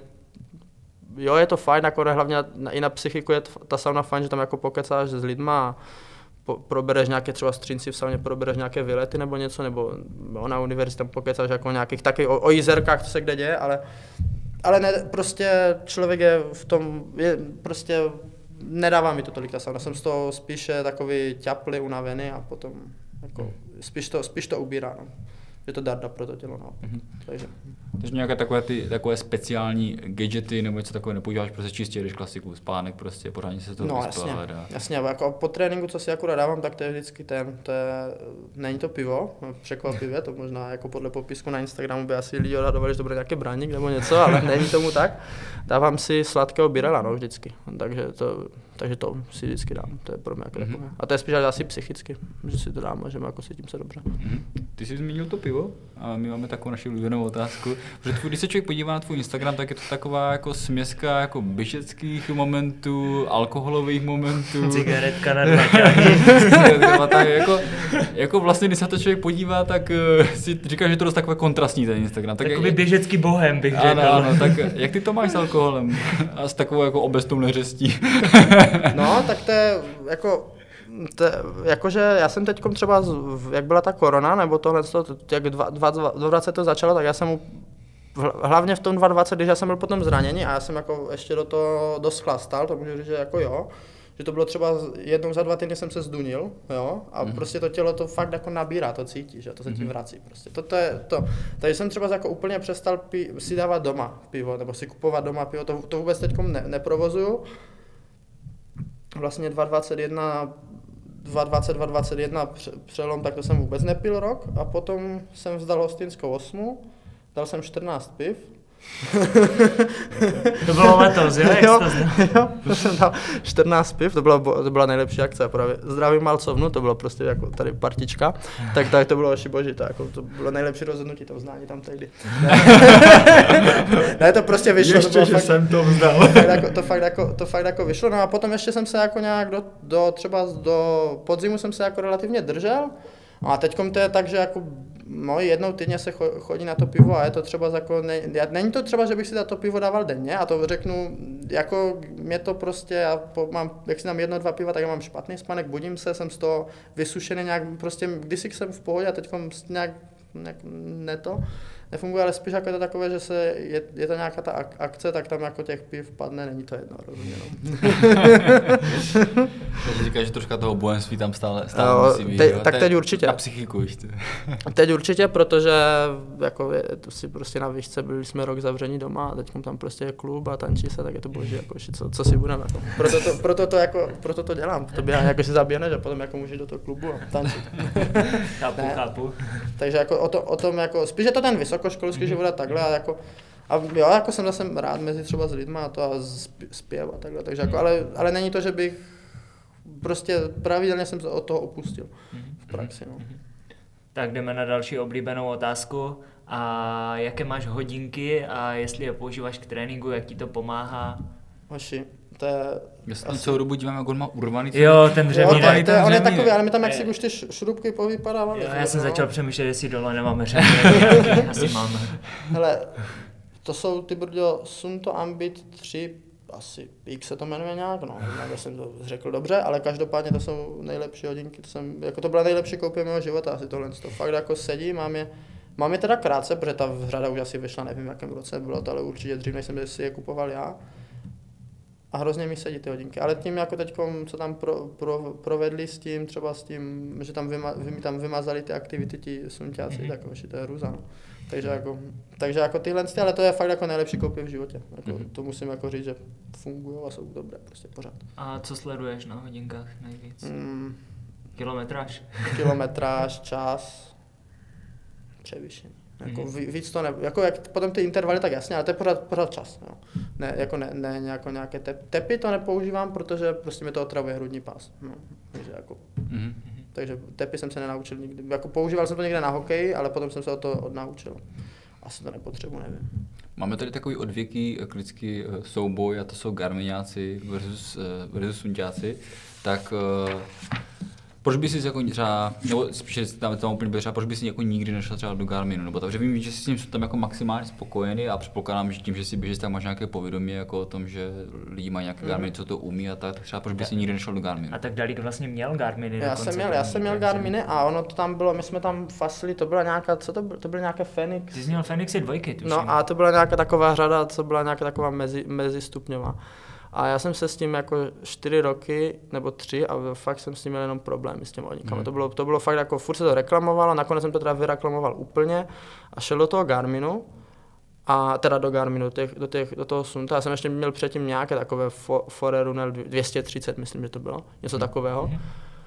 jo, je to fajn, jako hlavně na, i na psychiku je ta sauna fajn, že tam jako pokecáš s lidma a po, probereš nějaké třeba střinci v sauně, probereš nějaké vylety nebo něco, nebo jo, na univerzitě tam pokecáš jako nějakých, taky o, o jizerkách, co se kde děje, ale, ale ne, prostě člověk je v tom, je prostě, nedává mi to tolik ta sauna, jsem z toho spíše takový ťaplý, unavený a potom jako, spíš, to, spíš to ubírá, no. Je to darda pro to tělo, no. Mm-hmm. Takže.
Takže nějaké takové, ty, takové speciální gadgety nebo něco takové nepoužíváš, prostě čistě jdeš klasiku, spánek prostě, pořádně se to
no, jasně, a... jasně, jako po tréninku, co si akurát dávám, tak to je vždycky ten, to je, není to pivo, překvapivě, to možná jako podle popisku na Instagramu by asi lidi odhadovali, že to bude nějaký braník nebo něco, ale není tomu tak. Dávám si sladkého birela, no, vždycky, takže to, takže to si vždycky dám, to je pro mě jako mm-hmm. takové. A to je spíš asi psychicky, že si to dám a že jako cítím se dobře.
Mm-hmm. Ty jsi zmínil to pivo a my máme takovou naši oblíbenou otázku, protože tvůj, když se člověk podívá na tvůj Instagram, tak je to taková jako směska jako běžeckých momentů, alkoholových momentů.
Cigaretka na dva
jako, jako vlastně, když se to člověk podívá, tak uh, si říká, že to je dost takové kontrastní ten Instagram. Tak
takový
jak,
běžecký bohem bych řekl.
Ano, ano, tak jak ty to máš s alkoholem a s takovou jako obecnou neřestí?
No, tak to je jako... To, jakože já jsem teď třeba, jak byla ta korona, nebo tohle, jak dvacet to začalo, tak já jsem hlavně v tom dvacet, když já jsem byl potom zraněný a já jsem jako ještě do toho dost chlastal, to můžu říct, že jako jo, že to bylo třeba jednou za dva týdny jsem se zdunil, jo, a mm. prostě to tělo to fakt jako nabírá, to cítí, že to se tím vrací prostě, to, to je to, takže jsem třeba jako úplně přestal pi, si dávat doma pivo, nebo si kupovat doma pivo, to, to vůbec teď ne, neprovozuju, vlastně dvacet dvacet jedna dvacet dvacet, dvacet dvacet jedna přelom, tak to jsem vůbec nepil rok a potom jsem vzdal hostinskou osmu, dal jsem čtrnáct piv.
To bylo letos, jo? Jak
jo,
to
jo, to jsem dal čtrnáct piv, to byla, to byla nejlepší akce, právě zdravím Malcovnu, to bylo prostě jako tady partička, tak, tak to bylo vaši boží, to, jako, to bylo nejlepší rozhodnutí, to vzdání tam tehdy. Ne, to prostě vyšlo.
Ještě,
to
že
fakt,
jsem to vzdal.
To fakt, jako, to, fakt jako, to fakt jako vyšlo, no a potom ještě jsem se jako nějak do, do třeba do podzimu jsem se jako relativně držel. No a teďkom to je tak, že jako no, jednou týdně se chodí na to pivo a je to třeba jako, ne, není to třeba, že bych si to pivo dával denně a to řeknu, jako mě to prostě, já po, mám, jak si dám jedno, dva piva, tak já mám špatný spánek, budím se, jsem z toho vysušený nějak, prostě kdysi jsem v pohodě a teďkom nějak, nějak ne to, nefunguje, ale spíš jako je to takové, že se, je, je to nějaká ta akce, tak tam jako těch piv padne, není to jedno, rozumím.
Takže říkáš, že troška toho bohenství tam stále, stále
no,
musí být,
te,
jo?
Tak teď určitě.
Na psychiku ještě.
Teď určitě, protože jako je, to si prostě na výšce byli jsme rok zavření doma a teď tam prostě je klub a tančí se, tak je to boží, jako, co, co si budeme. Jako. Proto, to, proto, to jako, proto to dělám, to běhám, jako si zaběhneš a potom jako můžeš do toho klubu a tančit.
Chápu,
ne.
chápu.
Takže jako o, to, o tom, jako, spíš je to ten vysokoškolský mm-hmm. život a takhle a jako, a jo, jako jsem zase rád mezi třeba s lidma a to a zpěv a takhle, takže jako, ale, ale není to, že bych prostě pravidelně jsem od toho opustil v praxi, no.
Tak jdeme na další oblíbenou otázku. A jaké máš hodinky a jestli je používáš k tréninku, jak ti to pomáhá?
Hoši, to je...
Já jsem celou dobu dívám, jak on má urvaný.
Jo, ten dřevěný.
Jo, to je, to je, on je takový, ale my tam jak si už ty šrubky povypadávaly.
Jo, já jsem no. začal přemýšlet, jestli dole nemáme řetězky. Asi máme.
Hele, to jsou ty brďo Sunto Ambit tři, asi X se to jmenuje nějak, no, já jsem to řekl dobře, ale každopádně to jsou nejlepší hodinky, to jsem, jako to byla nejlepší koupě mého života, asi tohle, to fakt jako sedí, mám je, mám je teda krátce, protože ta řada už asi vyšla, nevím v jakém roce bylo to, ale určitě dřív, než jsem si je kupoval já. A hrozně mi sedí ty hodinky, ale tím jako teďkom, co tam pro, pro, provedli s tím, třeba s tím, že tam, vyma, vy, tam vymazali ty aktivity, ti sunťáci, mm-hmm. tak oši, to je hrůza, no. Takže jako, takže jako tyhle, ale to je fakt jako nejlepší koupě v životě, jako, mm-hmm. to musím jako říct, že fungují a jsou dobré, prostě pořád.
A co sleduješ na hodinkách nejvíc?
Mm,
kilometráž?
Kilometráž, čas, převýšení. Jako mm-hmm. víc to ne, jako jak potom ty intervaly, tak jasně, ale to je pořád, pořád čas, jo. Ne, jako ne, ne nějako, nějaké tep, tepy to nepoužívám, protože prostě mi to otravuje hrudní pás, no, takže jako, mm-hmm. takže tepy jsem se nenaučil nikdy, jako používal jsem to někde na hokeji, ale potom jsem se o to odnaučil, asi to nepotřebuji, nevím.
Máme tady takový odvěký vždycky souboj a to jsou garmiňáci versus, versus sunťáci, tak Proč by si jako třeba, nebo spíše tam, tam úplně třeba, proč by si jako nikdy nešel třeba do Garminu, nebo takže vím, že jsi s tím tam jako maximálně spokojený a předpokládám, že tím, že si běžíš, tak máš nějaké povědomí jako o tom, že lidi mají nějaké Garminy, co to umí a tak, tak třeba proč by si nikdy nešel do Garminu.
A tak Dalík vlastně měl Garminy.
Já jsem měl, já jsem měl Garminy a ono to tam bylo, my jsme tam fasili, to byla nějaká, co to bylo, to byly nějaké Fenix.
Ty jsi měl Fenixy dvojky, tuším.
No a to byla nějaká taková řada, co byla nějaká taková mezi, mezistupňová. A já jsem se s tím jako čtyři roky nebo tři a fakt jsem s tím měl jenom problémy s těmi hodínkami. Mm. To bylo, to bylo fakt jako, furt se to reklamovalo, nakonec jsem to teda vyreklamoval úplně a šel do toho Garminu, a teda do Garminu, do, těch, do, těch, do toho Sunta. Já jsem ještě měl předtím nějaké takové Forerunner dvě stě třicet, myslím, že to bylo, něco mm. takového. Mm.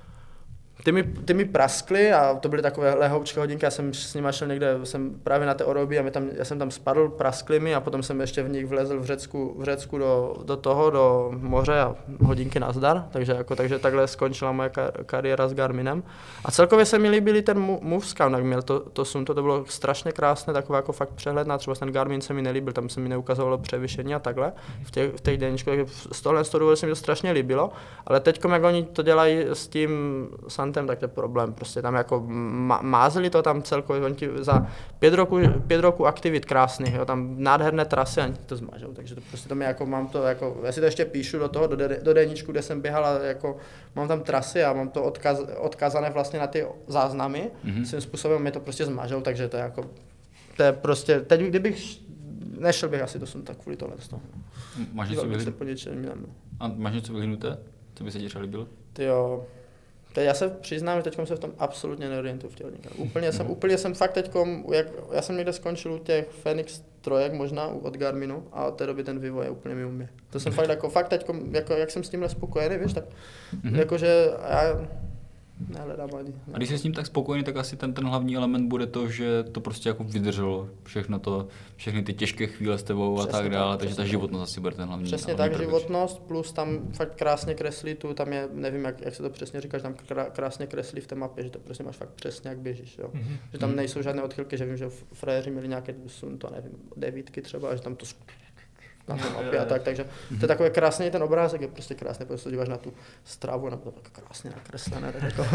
Ty mi, ty mi praskly a to byly takové lehoučké hodinky, já jsem s nimi šel někde, jsem právě na té Orobii a my tam, já jsem tam spadl, praskly mi a potom jsem ještě v nich vlezl v Řecku, v Řecku do, do toho, do moře a hodinky nazdar, takže, jako, takže takhle skončila moje kar- kariéra s Garminem. A celkově se mi líbily ten Move Scout, jak měl to, to Sunto, to bylo strašně krásné, takové jako fakt přehledná, třeba ten Garmin se mi nelíbil, tam se mi neukazovalo převyšení a takhle v těch, v těch deníčkách, z tohle z toho důvodu se mi to strašně líbilo, ale teď, jak oni to dělají s tím tak to je problém, prostě tam jako mázli to tam celkově, oni ti za pět roku, pět roku aktivit krásných, jo, tam nádherné trasy a oni to zmažou, takže to prostě to mi jako mám to jako, já si to ještě píšu do toho, do, de, do deníčku, kde jsem běhal a jako mám tam trasy a mám to odkaz, odkazané vlastně na ty záznamy, mm-hmm. svým způsobem mi to prostě zmažou, takže to je jako, to je prostě, teď kdybych, nešel bych asi to jsem tak kvůli tohle z toho.
Máš něco vyhnuté? A máš něco vyhnuté? Co by se ti třeba líbilo?
Tyjo. Já se přiznám, že teď se v tom absolutně neorientuju v těch hodínkách. Úplně jsem, úplně jsem fakt teďkom, jak, já jsem někde skončil u těch Fenix trojek možná od Garminu a od té doby ten vývoj je úplně mimo mě. To jsem fakt jako, fakt teďkom, jako, jak jsem s tímhle spokojený, víš, tak mm-hmm. jakože já nehledám ani. Ne.
A když jsi s ním tak spokojený, tak asi ten, ten hlavní element bude to, že to prostě jako vydrželo všechno to, všechny ty těžké chvíle s tebou a tak dále, takže ta životnost asi bude ten hlavní.
Přesně
hlavní
tak,
prvek.
Životnost plus tam fakt krásně kreslí tu, tam je, nevím jak, jak se to přesně říká, že tam krásně kreslí v té mapě, že to prostě máš fakt přesně jak běžíš, jo. Mm-hmm. Že tam nejsou žádné odchylky, že vím, že frajeři měli nějaké Sunto, nevím, devítky třeba, a že tam to na té mapě a tak, takže to je takové krásný, ten obrázek je prostě krásný, protože se díváš na tu stravu, na to tak krásně nakreslené, tak jako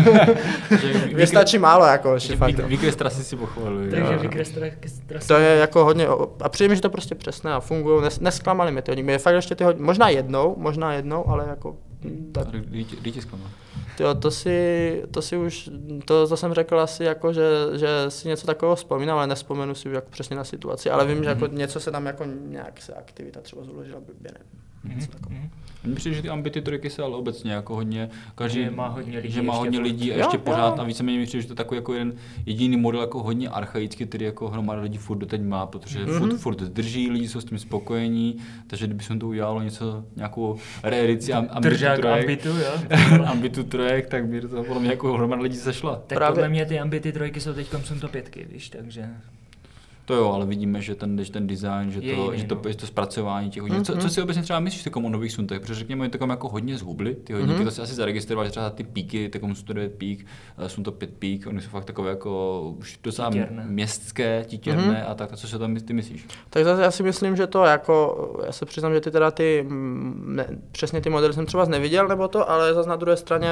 vystačí málo, jako fakt.
Výkres trasy si pochvaluji.
Takže výkres trasy.
To je jako hodně, a přijde mi, že to prostě přesné a fungují, nes, nesklamali mi ty hodinky, mě fakt ještě ty hodinky, možná jednou, možná jednou, ale jako tak.
Kdy tě zklamal?
Jo, to si, to si už, to, to jsem řekl asi jako, že, že si něco takového vzpomínám, ale nespomenu si jako přesně na situaci, ale vím, mm-hmm. že jako něco se tam jako nějak se aktivita třeba zúložila, blbě nevím.
Mm-hmm. Mně přijde, že ty Ambity trojky se ale obecně jako hodně, každý,
že má hodně lidí,
že má hodně lidí a ještě jo, pořád jo. A víceméně mi přijde, že to je takový jako jeden jediný model jako hodně archaický, který jako hromada lidí furt doteď má, protože mm-hmm. furt, furt drží, lidi jsou s tím spokojení, takže kdyby se to udělalo něco, nějakou reedici Ambitu trojek,
Ambitu, jo.
Ambitu trojek, tak by to podle mě jako hromada lidí sešla.
Tak právě podle mě ty Ambity trojky jsou teď Sunto pětky, víš, takže...
To jo, ale vidíme, že ten, ten design, že to, jiný, že to, no. to zpracování těch hodin. Mm-hmm. Co, co si obecně třeba myslíš o nových Suntech? Protože řekněme, oni takom jako hodně zhubly, ty hodinky, mm-hmm. to si asi zaregistroval, že třeba ty píky, takom Sunto devět pík, Sunto pět pík, oni jsou fakt takové jako už docela městské, titěrné mm-hmm. a tak, co si o tom ty myslíš?
Tak zase já si myslím, že to jako, já se přiznám, že ty teda ty, ne, přesně ty modely jsem třeba neviděl nebo to, ale zase na druhé straně,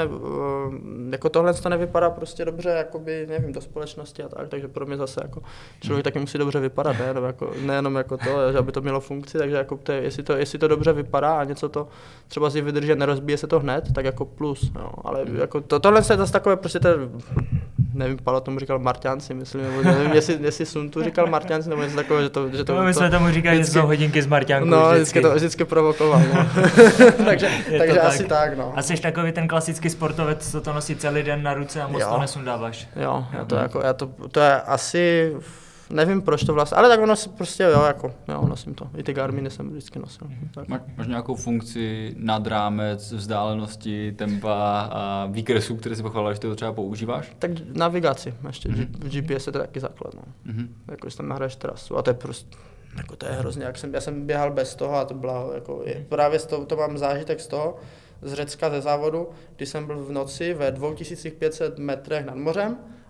jako tohle to nevypadá prostě dobře, jakoby, nevím, do společnosti a tak, takže pro mě zase jako člověk mm-hmm. taky musí dobře vypadat, ne? Nebo jako, nejenom jako to, že aby to mělo funkci, takže jako to, jestli, to, jestli to dobře vypadá a něco to třeba si vydrží, nerozbije se to hned, tak jako plus, no. Ale jako to, tohle je zase takové prostě to, nevím, Paolo tomu říkal Marťánci, myslím, nebo nevím, jestli, jestli Suntu říkal Marťánci, nebo něco takové, že to... Že to
no, my jsme tomu říkali, že jsou hodinky z Marťánku
no, vždycky. vždycky to vždycky provokoval, no. takže takže tak. asi tak, no.
A jsi takový ten klasický sportovec, co to nosí celý den na ruce a moc jo. to nesundáváš.
Jo, já to, jako, já to, to je asi... Nevím, proč to vlastně, ale tak ono si prostě, jo, jako, jo, nosím to. I ty Garminy jsem vždycky nosil. Tak.
Má, máš nějakou funkci nad rámec, vzdálenosti, tempa a výkresů, které si pochválil, že to třeba používáš?
Tak navigaci, ještě mm-hmm. G P S je to taky základ, no. Mm-hmm. Jako, že tam nahraješ trasu a to je prostě, jako to je hrozně, jak jsem, já jsem běhal bez toho a to byla, jako, je, právě z toho, to mám zážitek z toho, z Řecka ze závodu, když jsem byl v noci ve dvě tisíce pět set metrech nad mořem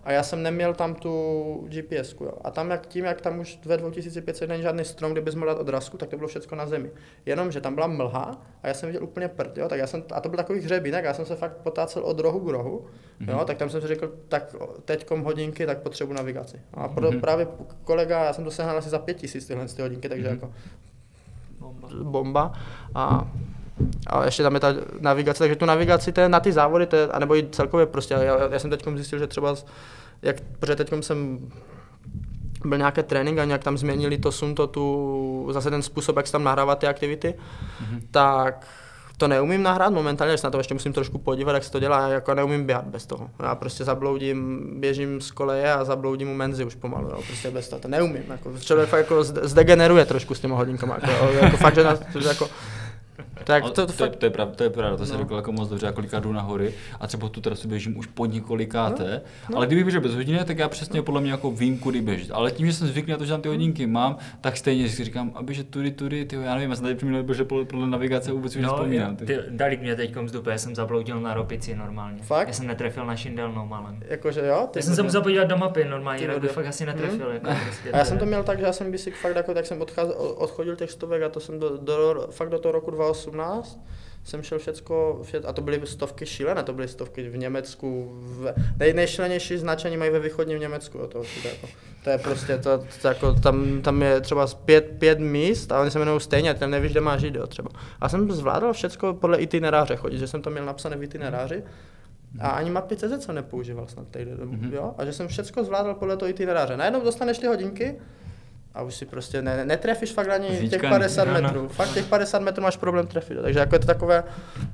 a já jsem neměl tam tu GPSku, jo. A tam jak tím, jak tam už ve dva tisíce pět set není žádný strom, kde bys mohl dát odrazku, tak to bylo všechno na zemi. Jenomže tam byla mlha a já jsem viděl úplně prd, jo, tak já jsem, a to byl takový hřebínek, já jsem se fakt potácel od rohu k rohu, jo, mm-hmm. tak tam jsem si řekl, tak teďkom hodinky, tak potřebuji navigaci. A pro, mm-hmm. právě kolega, já jsem dosehnal asi za pět tisíc tyhle ty hodinky, takže mm-hmm. jako bomba. bomba. A A ještě tam je ta navigace, takže tu navigaci to je na ty závody, to je, anebo i celkově prostě, já, já jsem teď zjistil, že třeba, jak, protože teď jsem byl nějaký trénink a nějak tam změnili to sunto, tu, zase ten způsob, jak se tam nahrávat ty aktivity, mm-hmm. tak to neumím nahrát momentálně, se na to ještě musím trošku podívat, jak se to dělá, já jako neumím běhat bez toho. Já prostě zabloudím, běžím z koleje a zabloudím u menzy už pomalu, jo, prostě bez toho, to neumím, jako člověk jako zdegeneruje trošku s těma hodinkama, jako, jako fakt, že, na, že jako tak to, to,
to,
fakt...
to, je pravda, to je pravda, to no. si řekl jako moc dobře, kolikrát jdu na hory a třeba tu trasu běžím už po několikáté, no. No. Ale kdybych běžel bez hodiny, tak já přesně no. podle mě jako vím, kudy běžet. Ale tím, že jsem zvyklý na to, že tam ty hodinky mám, tak stejně si říkám, aby že tudy, tudy, tyjo, já nevím, já jsem tady přiměl běžet podle navigace, vůbec už no, nespomínám.
Ty, Dalík mě teďkom z dupe, já jsem zabloudil na Ropici normálně.
Fakt?
Já jsem netrefil na Šindelnou malem.
Jakože jo?
Já jsem se musel podívat do mapy normálně, jinak bych fakt asi netrefil.
Hmm.
Jako, prostě,
a já jsem to měl tak, že já jsem by si fakt jako, tak jsem odcházel, odchodil těch stovek a to jsem do, do, fakt do toho roku dva tisíce osmnáct. Jsem šel všecko, a to byly stovky šílené, to byly stovky v Německu, v, nej, nejšílenější značení mají ve východním Německu, to, to, jako, to je prostě, to, to, jako, tam, tam je třeba pět, pět míst a oni se jmenují stejně, tam nevíš, kde máš jít, jo, třeba. A jsem zvládal všecko podle itineráře chodit, že jsem to měl napsané v itineráři a ani mapy C Z jsem nepoužíval snad tehdy, jo, a že jsem všecko zvládal podle toho itineráře. Najednou dostaneš ty hodinky, a už si prostě ne, netrefíš fakt ani Zíčkaný. těch padesát metrů. Fakt těch padesát metrů máš problém trefit. Takže jako je to takové,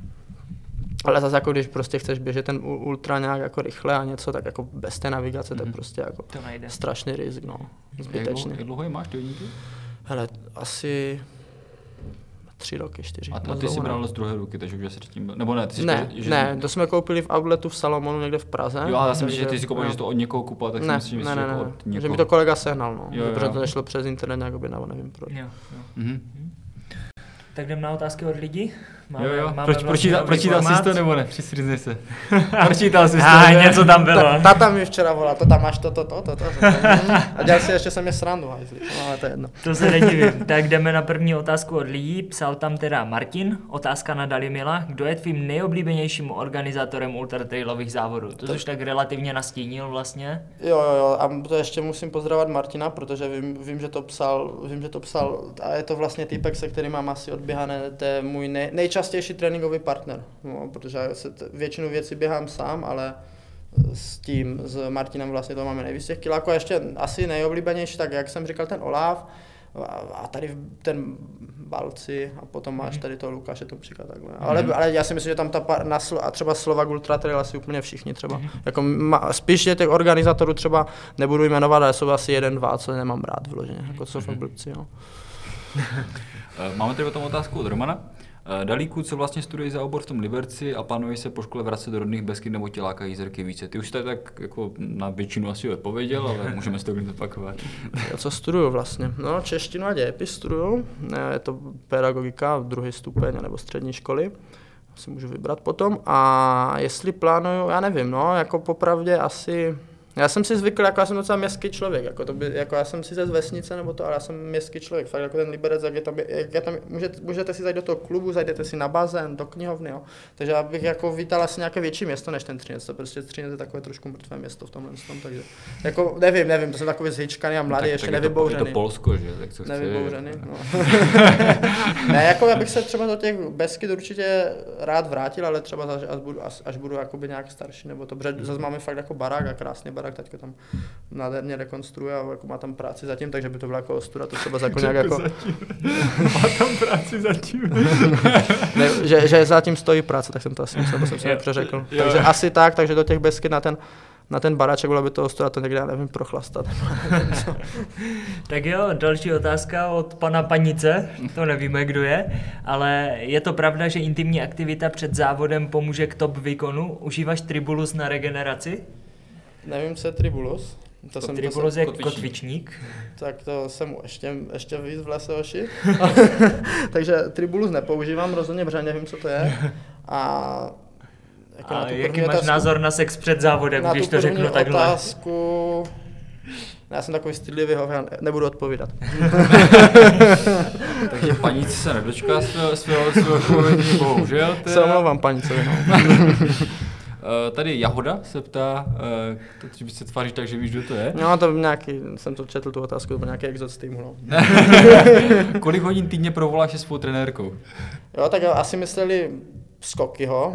ale zase jako když prostě chceš běžet ten ultra nějak jako rychle a něco, tak jako bez té navigace, mm-hmm. to je prostě jako strašný risk, no. Zbytečný.
Jak dlouho je máš ty hodinky?
Hele, asi tři roky, čtyři.
A, a ty jsi bral z druhé ruky, takže už asi předtím byl, nebo ne? Ty jsi
ne,
říkal, že
ne, to jsme koupili v outletu v Salomonu někde v Praze.
Jo, ale já jsem myslel, že ty jsi koupil, že to od někoho kupoval, tak
ne,
si myslím,
ne,
že
ne,
jako
ne,
od někoho.
že mi to kolega sehnal, no,
jo, jo.
protože to nešlo přes internet nějak objednávat, nevím proč.
Jo, jo.
Mhm.
Tak jdem na otázky od lidí. Máme,
jo, jo.
Máme
Proč, pročítal, pročítal jsi to nebo ne? Přistříznej se. Pročítal jsi to.
A něco tam bylo.
Tata mi včera volá, to tam máš to, to, to, to, to. A dělal si ještě jsem je srandu, hajzli. No, ale to je jedno.
To se nedivím. Tak jdeme na první otázku od lidí. Psal tam teda Martin. Otázka na Dalimila. Kdo je tvým nejoblíbenějším organizátorem ultratrailových závodů? To, to už tak relativně nastínil vlastně.
Jo, jo, jo. A to ještě musím pozdravovat Martina, protože vím, vím, že to psal, vím, že to psal. A je to vlastně týpek, se kterým mám asi odběhané. To je můj nej, nejčastější tréninkový partner, no, protože já se t- většinu věcí běhám sám, ale s tím, s Martinem vlastně to máme nejvíc těch kiláků a ještě asi nejoblíbenější, tak jak jsem říkal, ten Olaf a, a tady ten Balci a potom máš tady toho Lukáše Tomčíka takhle. Ale, ale já si myslím, že tam ta par, na Slo- a třeba Slovak Ultra Trail asi úplně všichni třeba. Jako ma, spíš je těch organizátorů třeba nebudu jmenovat, ale jsou asi jeden, dva, co nemám rád vyloženě, jako co jsou fakt blbci, jo.
Máme tady potom otázku od Romana. Dalíku, co vlastně studuješ za obor v tom Liberci a plánuješ se po škole vracet do rodných Beskyd nebo tě lákají Jizerky více? Ty už tady tak jako na většinu asi odpověděl, ale můžeme si to klidně opakovat.
Já co studuju vlastně? No, češtinu a dějepis studuju. Je to pedagogika, druhý stupeň nebo střední školy. Si můžu vybrat potom. A jestli plánuju, já nevím, no, jako popravdě asi... Já jsem si zvykl, jako já jsem docela městský člověk, jako, to by, jako já jsem sice z vesnice nebo to, ale já jsem městský člověk, fakt jako ten Liberec, jak je tam, jak je tam můžete, můžete si zajít do toho klubu, zajdete si na bazén, do knihovny, jo. Takže já bych jako vítal asi nějaké větší město než ten Třinec, to prostě Třinec je takové trošku mrtvé město v tomhle tom, takže jako nevím, nevím, to jsem takový zhyčkaný a mladý, no, tak,
tak
ještě
je
nevybouřený.
To, je to Polsko, že? Tak co
nevybouřený, no. Ne, jako já bych se třeba do těch Beskyd určitě rád vrátil, ale třeba až, až budu, až, až budu jakoby nějak starší, nebo to, protože zase máme fakt jako barák a krásný barák, teďka tam nádherně rekonstruuje a jako má tam práci zatím, takže by to byla jako ostuda, to třeba jako nějak jako...
Má tam práci zatím.
Ne, že, že zatím stojí práce, tak jsem to asi myslel, jsem se nepřeřekl. Takže asi tak, takže do těch Beskyd na ten, na ten baráček bylo by to ostuda, to někde, já nevím, prochlastat.
Tak jo, další otázka od pana Panice, to nevíme, kdo je, ale je to pravda, že intimní aktivita před závodem pomůže k top výkonu? Užíváš Tribulus na regeneraci?
Nevím, co je Tribulus. To jsem
Tribulus je kotvičník. kotvičník.
Tak to jsem ještě, ještě víc v lese oši. Takže Tribulus nepoužívám rozhodně, protože nevím, co to je. A Jako
A
na tu
jaký
první
máš
otázku,
názor na sex před závodem,
na
když
tu
to
první
řeknu takhle?
otázku, já jsem takový stydlivý hov, já nebudu odpovídat.
Takže paníci se nedočká svého svého svého odpovědi, bohužel. Teda.
Se omlouvám panicovi, no.
Tady Jahoda se ptá, uh, že by se tváříš tak, že víš, kdo to je.
No to nějaký, jsem to četl tu otázku, to byl nějaký exot z týmu, no.
Kolik hodin týdně provoláš se svou trenérkou?
Jo, tak asi mysleli Skokyho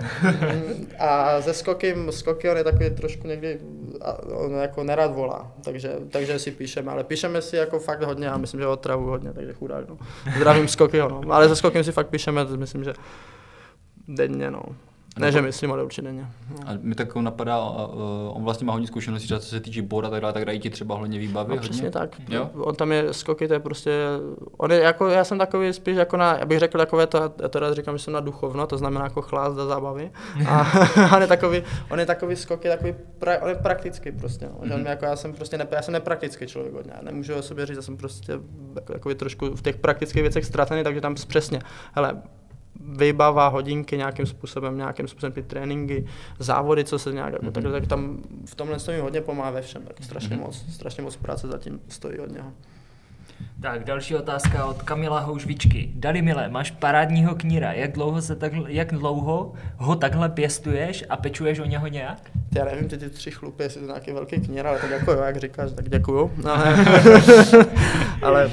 a ze Skoky, Skoky on je takový trošku někdy, on jako nerad volá, takže, takže si píšeme, ale píšeme si jako fakt hodně a myslím, že ho travu hodně, takže chudák, no. Zdravím Skokyho, no, ale ze Skokym si fakt píšeme, myslím, že denně, no. Ne, že myslím, ale určitě denně. No.
A mi tak napadá, uh, on vlastně má hodně zkušeností, co se týče bor a tak dále, tak dají ti třeba hodně výbavy.
No, přesně tak.
Jo?
On tam je Skoky, to je prostě, on je jako, já jsem takový spíš jako na, abych řekl takové to, já to rád říkám, že jsem na duchovno, to znamená jako chlást a zábavy. A on je takový, on je takový Skoky, takový, pra, on je praktický prostě, no. Mm-hmm. Jako já jsem prostě, ne, já jsem nepraktický člověk hodně, já nemůžu o sobě říct, já jsem prostě jako, takový trošku v těch praktických věcech ztracený, takže tam přesně, hele, vybava hodinky nějakým způsobem, nějakým způsobem ty tréninky, závody, co se nějak, jako, mm-hmm. takhle, tak tam v tomhle to mi hodně pomáhá ve všem, tak strašně mm-hmm. moc, strašně moc práce zatím stojí od něho.
Tak, další otázka od Kamila Houžvičky. Dalimile, máš parádního kníra, jak dlouho, se takhle, jak dlouho ho takhle pěstuješ a pečuješ o něho nějak?
Já nevím, ty, ty tři chlupy, jestli to nějaký velký knír, ale tak jako jo, jak říkáš, tak děkuju. Ale, ale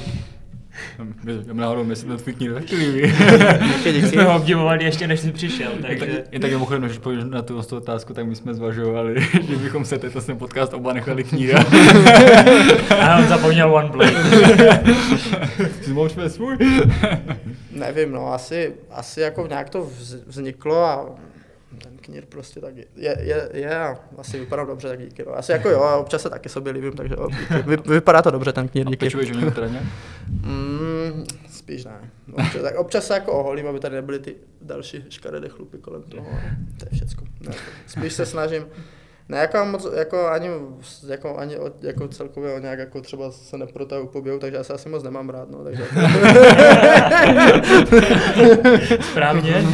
Já náhodou myslím, že tvůj knír taky líbí.
Díky, díky.
Jsme ho obdivovali ještě než jsi přišel, takže...
Jen tak mimochodem, když půjdeš na tu, tu otázku, tak my jsme zvažovali, že bychom se tento sem podcast oba nechali kníra.
A on zapomněl One Blade.
Zmoučme svůj.
Nevím, no, asi, asi jako nějak to vzniklo a ten knír prostě tak je, je, je, je a asi vypadá dobře, tak díky. No. Asi jako jo, a občas se taky sobě líbím, takže jo, díky. Vy, vypadá to dobře ten knír, díky.
A pečuješ o něho teda nějak?
Mm, spíš ne. Občas, tak občas se jako oholím, aby tady nebyly ty další škaredé chlupy kolem toho. To je všecko. Ne, spíš se snažím. Ne, jako moc, jako ani, jako, ani o, jako celkově o nějak jako třeba se neprotahu po běhu, takže já se asi moc nemám rád, no, takže.
Správně.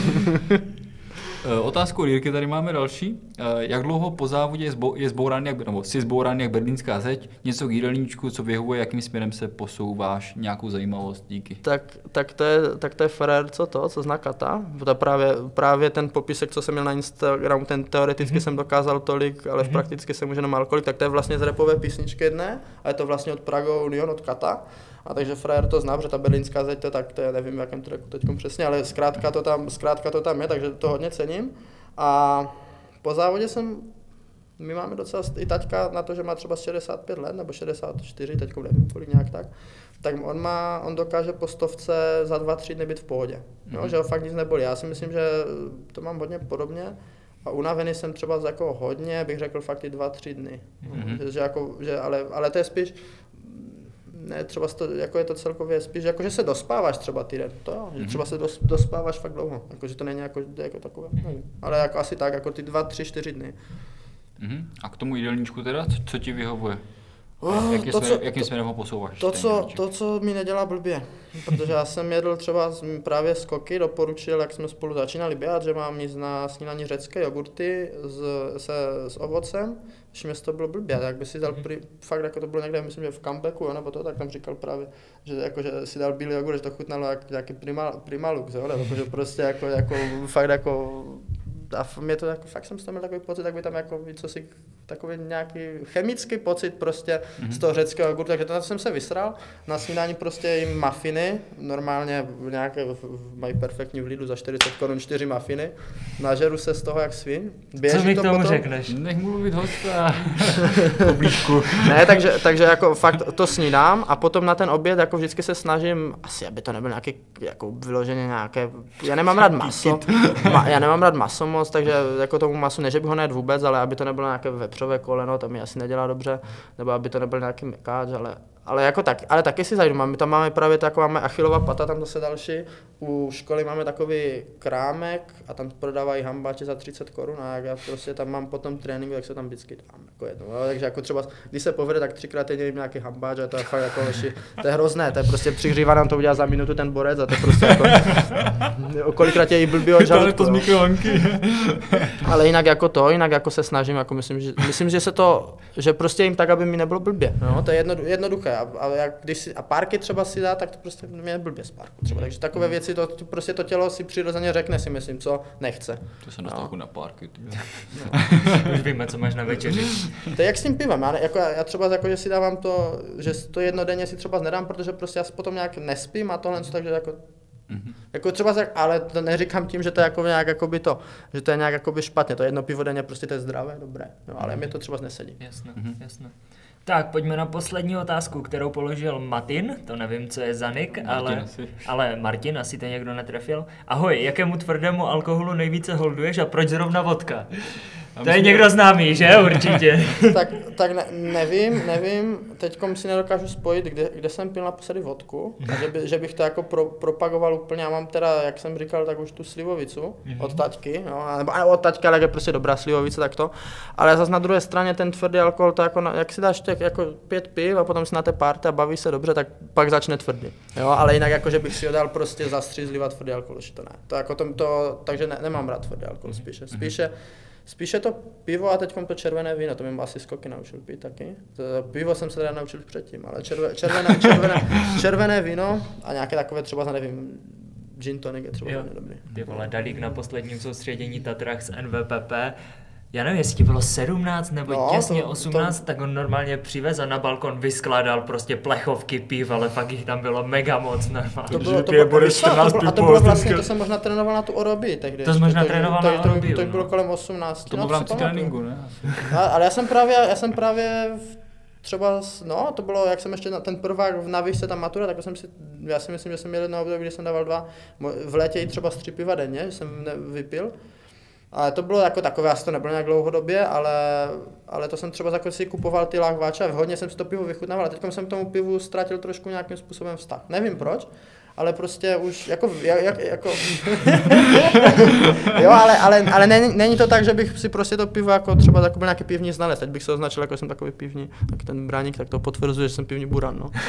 Otázku od Jirky tady máme další. Jak dlouho po závodě je, zbou, je zbourán, jak, nebo si zbourán jak berlínská zeď, něco k jídelníčku, co vyhovuje, jakým směrem se posouváš, nějakou zajímavost, díky.
Tak, tak, to, je, tak to je Ferrer, co to, co zná Kata. To právě, právě ten popisek, co jsem měl na Instagramu, ten teoreticky mm-hmm. jsem dokázal tolik, ale mm-hmm. prakticky jsem už jenom alkoholik, tak to je vlastně z rapové písničky jedné a je to vlastně od Prago Union, od Kata. A takže Frajer to zná, protože ta berlínská zeď to tak, to je, nevím, v jakém tracku teď přesně, ale zkrátka to, tam, zkrátka to tam je, takže to hodně cením. A po závodě jsem, my máme docela i taťka na to, že má třeba šedesát pět let, nebo šedesát čtyři, teď nevím kolik nějak tak, tak on, má, on dokáže po stovce za dva, tři dny být v pohodě, mm-hmm. no, že ho fakt nic nebolí. Já si myslím, že to mám hodně podobně. A unavený jsem třeba za jako hodně, bych řekl fakt i dva, tři dny. Mm-hmm. Že, že jako, že, ale, ale to je spíš, ne, třeba to, jako je to celkově spíš, jako že se dospáváš třeba týden, to jo, mm-hmm. že třeba se dos, dospáváš fakt dlouho, jako že to není jako, jako takové, nevím, ale jako asi tak, jako ty dva, tři, čtyři dny.
Mm-hmm. A k tomu jídelníčku teda, co, co ti vyhovuje?
Oh,
Jaký
to,
směr,
co,
jakým směrem ho posouváš?
To co, to, co mi nedělá blbě, protože já jsem jedl třeba právě skoky, doporučil, jak jsme spolu začínali běhat, že mám jíst na snídaní řecké jogurty s, se, s ovocem, když mi to bylo blbě, tak by si dal pri, fakt jako to bylo někde, myslím, že v comebacku, jo, nebo to, tak tam říkal právě, že, jako, že si dal bílý jogurt, že to chutnalo jak nějaký prima, primalux, jo, nebo že prostě jako, jako fakt jako, a mě to jako, fakt jsem z toho měl takový pocit, tak by tam jako co si takový nějaký chemický pocit prostě mm-hmm. z toho řeckého jogurtu, takže to na to jsem se vysral. Na snídání prostě jim mafiny, normálně nějaké, mají perfektní v Lidlu za čtyřicet korun čtyři mafiny. Nažeru se z toho jak svin.
Co mi k tomu
potom
řekneš?
Nech mluvit hosta. Poblížku.
Ne, takže, takže jako fakt to snídám a potom na ten oběd jako vždycky se snažím, asi aby to nebyl nějaký jako vyloženě nějaké, já nemám rád maso, ma, já nemám rád maso moc, takže jako tomu masu, ne že bych ho nejedl vůbec, ale aby to nebylo nějaké vepřové koleno, to mi asi nedělá dobře, nebo aby to nebyl nějaký mekáč, ale ale jako tak, ale taky si zajdu, my tam máme právě taková máme Achillova pata, tam zase další, u školy máme takový krámek a tam prodávají hambáče za třicet korun a jak já prostě tam mám potom tréninku, tak se tam vždycky dám, jako jednou, jo? Takže jako třeba, když se povede, tak třikrát týdně jim nějaký hambáč a to je fakt jako leši, to je hrozné, to je prostě přihříva, nám to udělá za minutu ten borec a to je prostě jako, kolikrát je jí blbý od žaludku, ale jinak jako to, jinak jako se snažím, jako myslím, že, myslím, že se to, že prostě jim tak, aby mi nebylo blbě, no, to je jedno, jednoduché a, a, jak, když si, a párky třeba si dá, tak to prostě mě je blbě z párku třeba, takže takové věci, to, to prostě to tělo si přirozeně řekne si myslím, co nechce.
To se dostal no. na párky.
No. Už víme, co máš na večeři.
To je jak s tím pivem, já, jako, já třeba jako, že si dávám to, že to jednodenně si třeba nedám, protože prostě já si potom nějak nespím a tohle, takže jako Mm-hmm. Jako třeba, ale to neříkám tím, že to je jako nějak jakoby to, že to je nějak jakoby špatně, to jedno pivo denně prostě to je zdravé, dobré, no, ale mm-hmm. mě to třeba nesedí.
Jasné, mm-hmm. jasné. Tak, pojďme na poslední otázku, kterou položil Martin, to nevím, co je za nick, ale, ale Martin, asi to někdo netrefil. Ahoj, jakému tvrdému alkoholu nejvíce holduješ a proč zrovna vodka? To je někdo známý, že? Určitě.
tak tak ne, nevím, nevím, teďkom si nedokážu spojit, kde, kde jsem pil naposledy vodku, a že, by, že bych to jako pro, propagoval úplně, já mám teda, jak jsem říkal, tak už tu slivovicu od taťky, no, nebo od taťky, ale je prostě dobrá slivovice, tak to, ale zase na druhé straně ten tvrdý alkohol, to jako, jak si dáš těch, jako pět piv a potom si na té párty a baví se dobře, tak pak začne tvrdý, jo, ale jinak jako, že bych si ho dal prostě zastřízlivat tvrdý alkohol, to ne, to jako tom to, takže ne, nemám rád tvrdý alkohol spíše, spíše Spíše to pivo a teďkom to červené víno, to mě asi Skoky naučil pít taky. To pivo jsem se teda naučil předtím, ale červe, červené, červené, červené víno a nějaké takové třeba, nevím, gin tonic je třeba hodně dobrý.
Ty vole, Dalík na posledním soustředění Tatrách z N V P P. Já nevím, jestli ti bylo sedmnáct nebo no, těsně to, osmnáct, to... tak on normálně přivez a na balkon vyskládal prostě plechovky piv, ale fakt jich tam bylo mega moc normálně.
To bylo, to bylo, bude čtrnáct to bylo, a to bylo vlastně, to jsem možná trénoval na tu Orobii tehdy.
To jsi možná trénoval na Orobii.
To, to bylo kolem osmnáct.
To bylo v rámci tréninku, ne?
A, ale já jsem právě, já jsem právě třeba, no, to bylo, jak jsem ještě na ten prvák v Navíšce, ta matura, tak jsem si, já si myslím, že jsem měl jedno období, kdy jsem dával dva, v létě i třeba z tři piva denně, že jsem vypil. Ale to bylo jako takové, asi to nebylo nějak dlouhodobě, ale, ale to jsem třeba jako si kupoval ty lahváče a hodně jsem si to pivo vychutnával a teď jsem k tomu pivu ztratil trošku nějakým způsobem vztah. Nevím proč, ale prostě už jako, jak, jako jo, ale, ale, ale není, není to tak, že bych si prostě to pivo jako třeba takový nějaký pivní znalec, teď bych se označil jako jsem takový pivní, tak ten Bráník, tak to potvrzuje, že jsem pivní buran, no.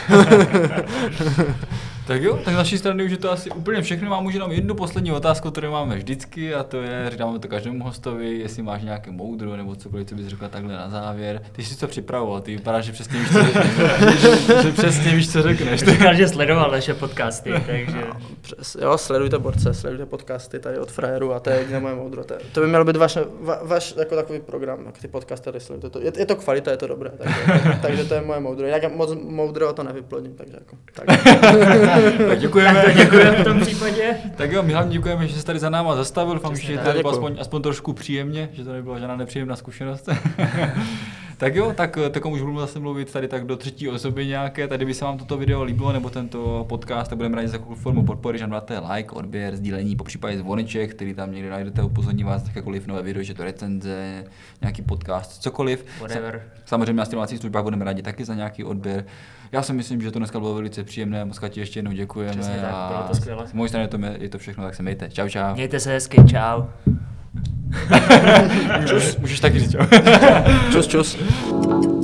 Tak jo, tak z naší strany už je to asi úplně všechno, mám už jenom jednu poslední otázku, kterou máme vždycky a to je, říkáme to každému hostovi, jestli máš nějaké moudro nebo cokoliv, co bys řekla takhle na závěr. Ty jsi to připravoval, ty vypadáš, že přesně víš, co řekneš. že přesně víš, co řekneš.
Říkal, že sledoval naše podcasty, takže...
No, přes, jo, sledujte borce, sledujte podcasty tady od frajerů a to je jediné moje moudro. To, to by měl být vaš, va, vaš jako takový program, jak ty podcastery sledujte. To, je, je to kvalita, je to dobré, takže, tak, takže to je moje moudro. Jinak moc moudro to nevyplodím, takže jako... Tak.
Tak děkujeme.
Tak to děkujeme v tom případě.
Tak jo, my hlavně děkujeme, že jsi tady za náma zastavil, doufám, že to bylo aspoň, aspoň trošku příjemně, že to nebyla žádná nepříjemná zkušenost. Tak jo, tak takom už budu zase mluvit tady tak do třetí osoby nějaké, tady by se vám toto video líbilo, nebo tento podcast, tak budeme rádi za jakou formu podpory, že nám dáte like, odběr, sdílení, popřípadě zvoneček, který tam někde najdete, upozorní vás jakékoliv nové video, že to recenze, nějaký podcast, cokoliv.
Whatever.
Samozřejmě na streamovacích službách budeme rádi taky za nějaký odběr. Já si myslím, že to dneska bylo velice příjemné, moc ti ještě jednou děkujeme.
Přesně tak, bylo to skvělé.
Z mojí strany to je to všechno, tak se mějte. Čau, čau.
Mějte se hezky, čau.
Čus, můžeš taky říct čau.
Čus, čus.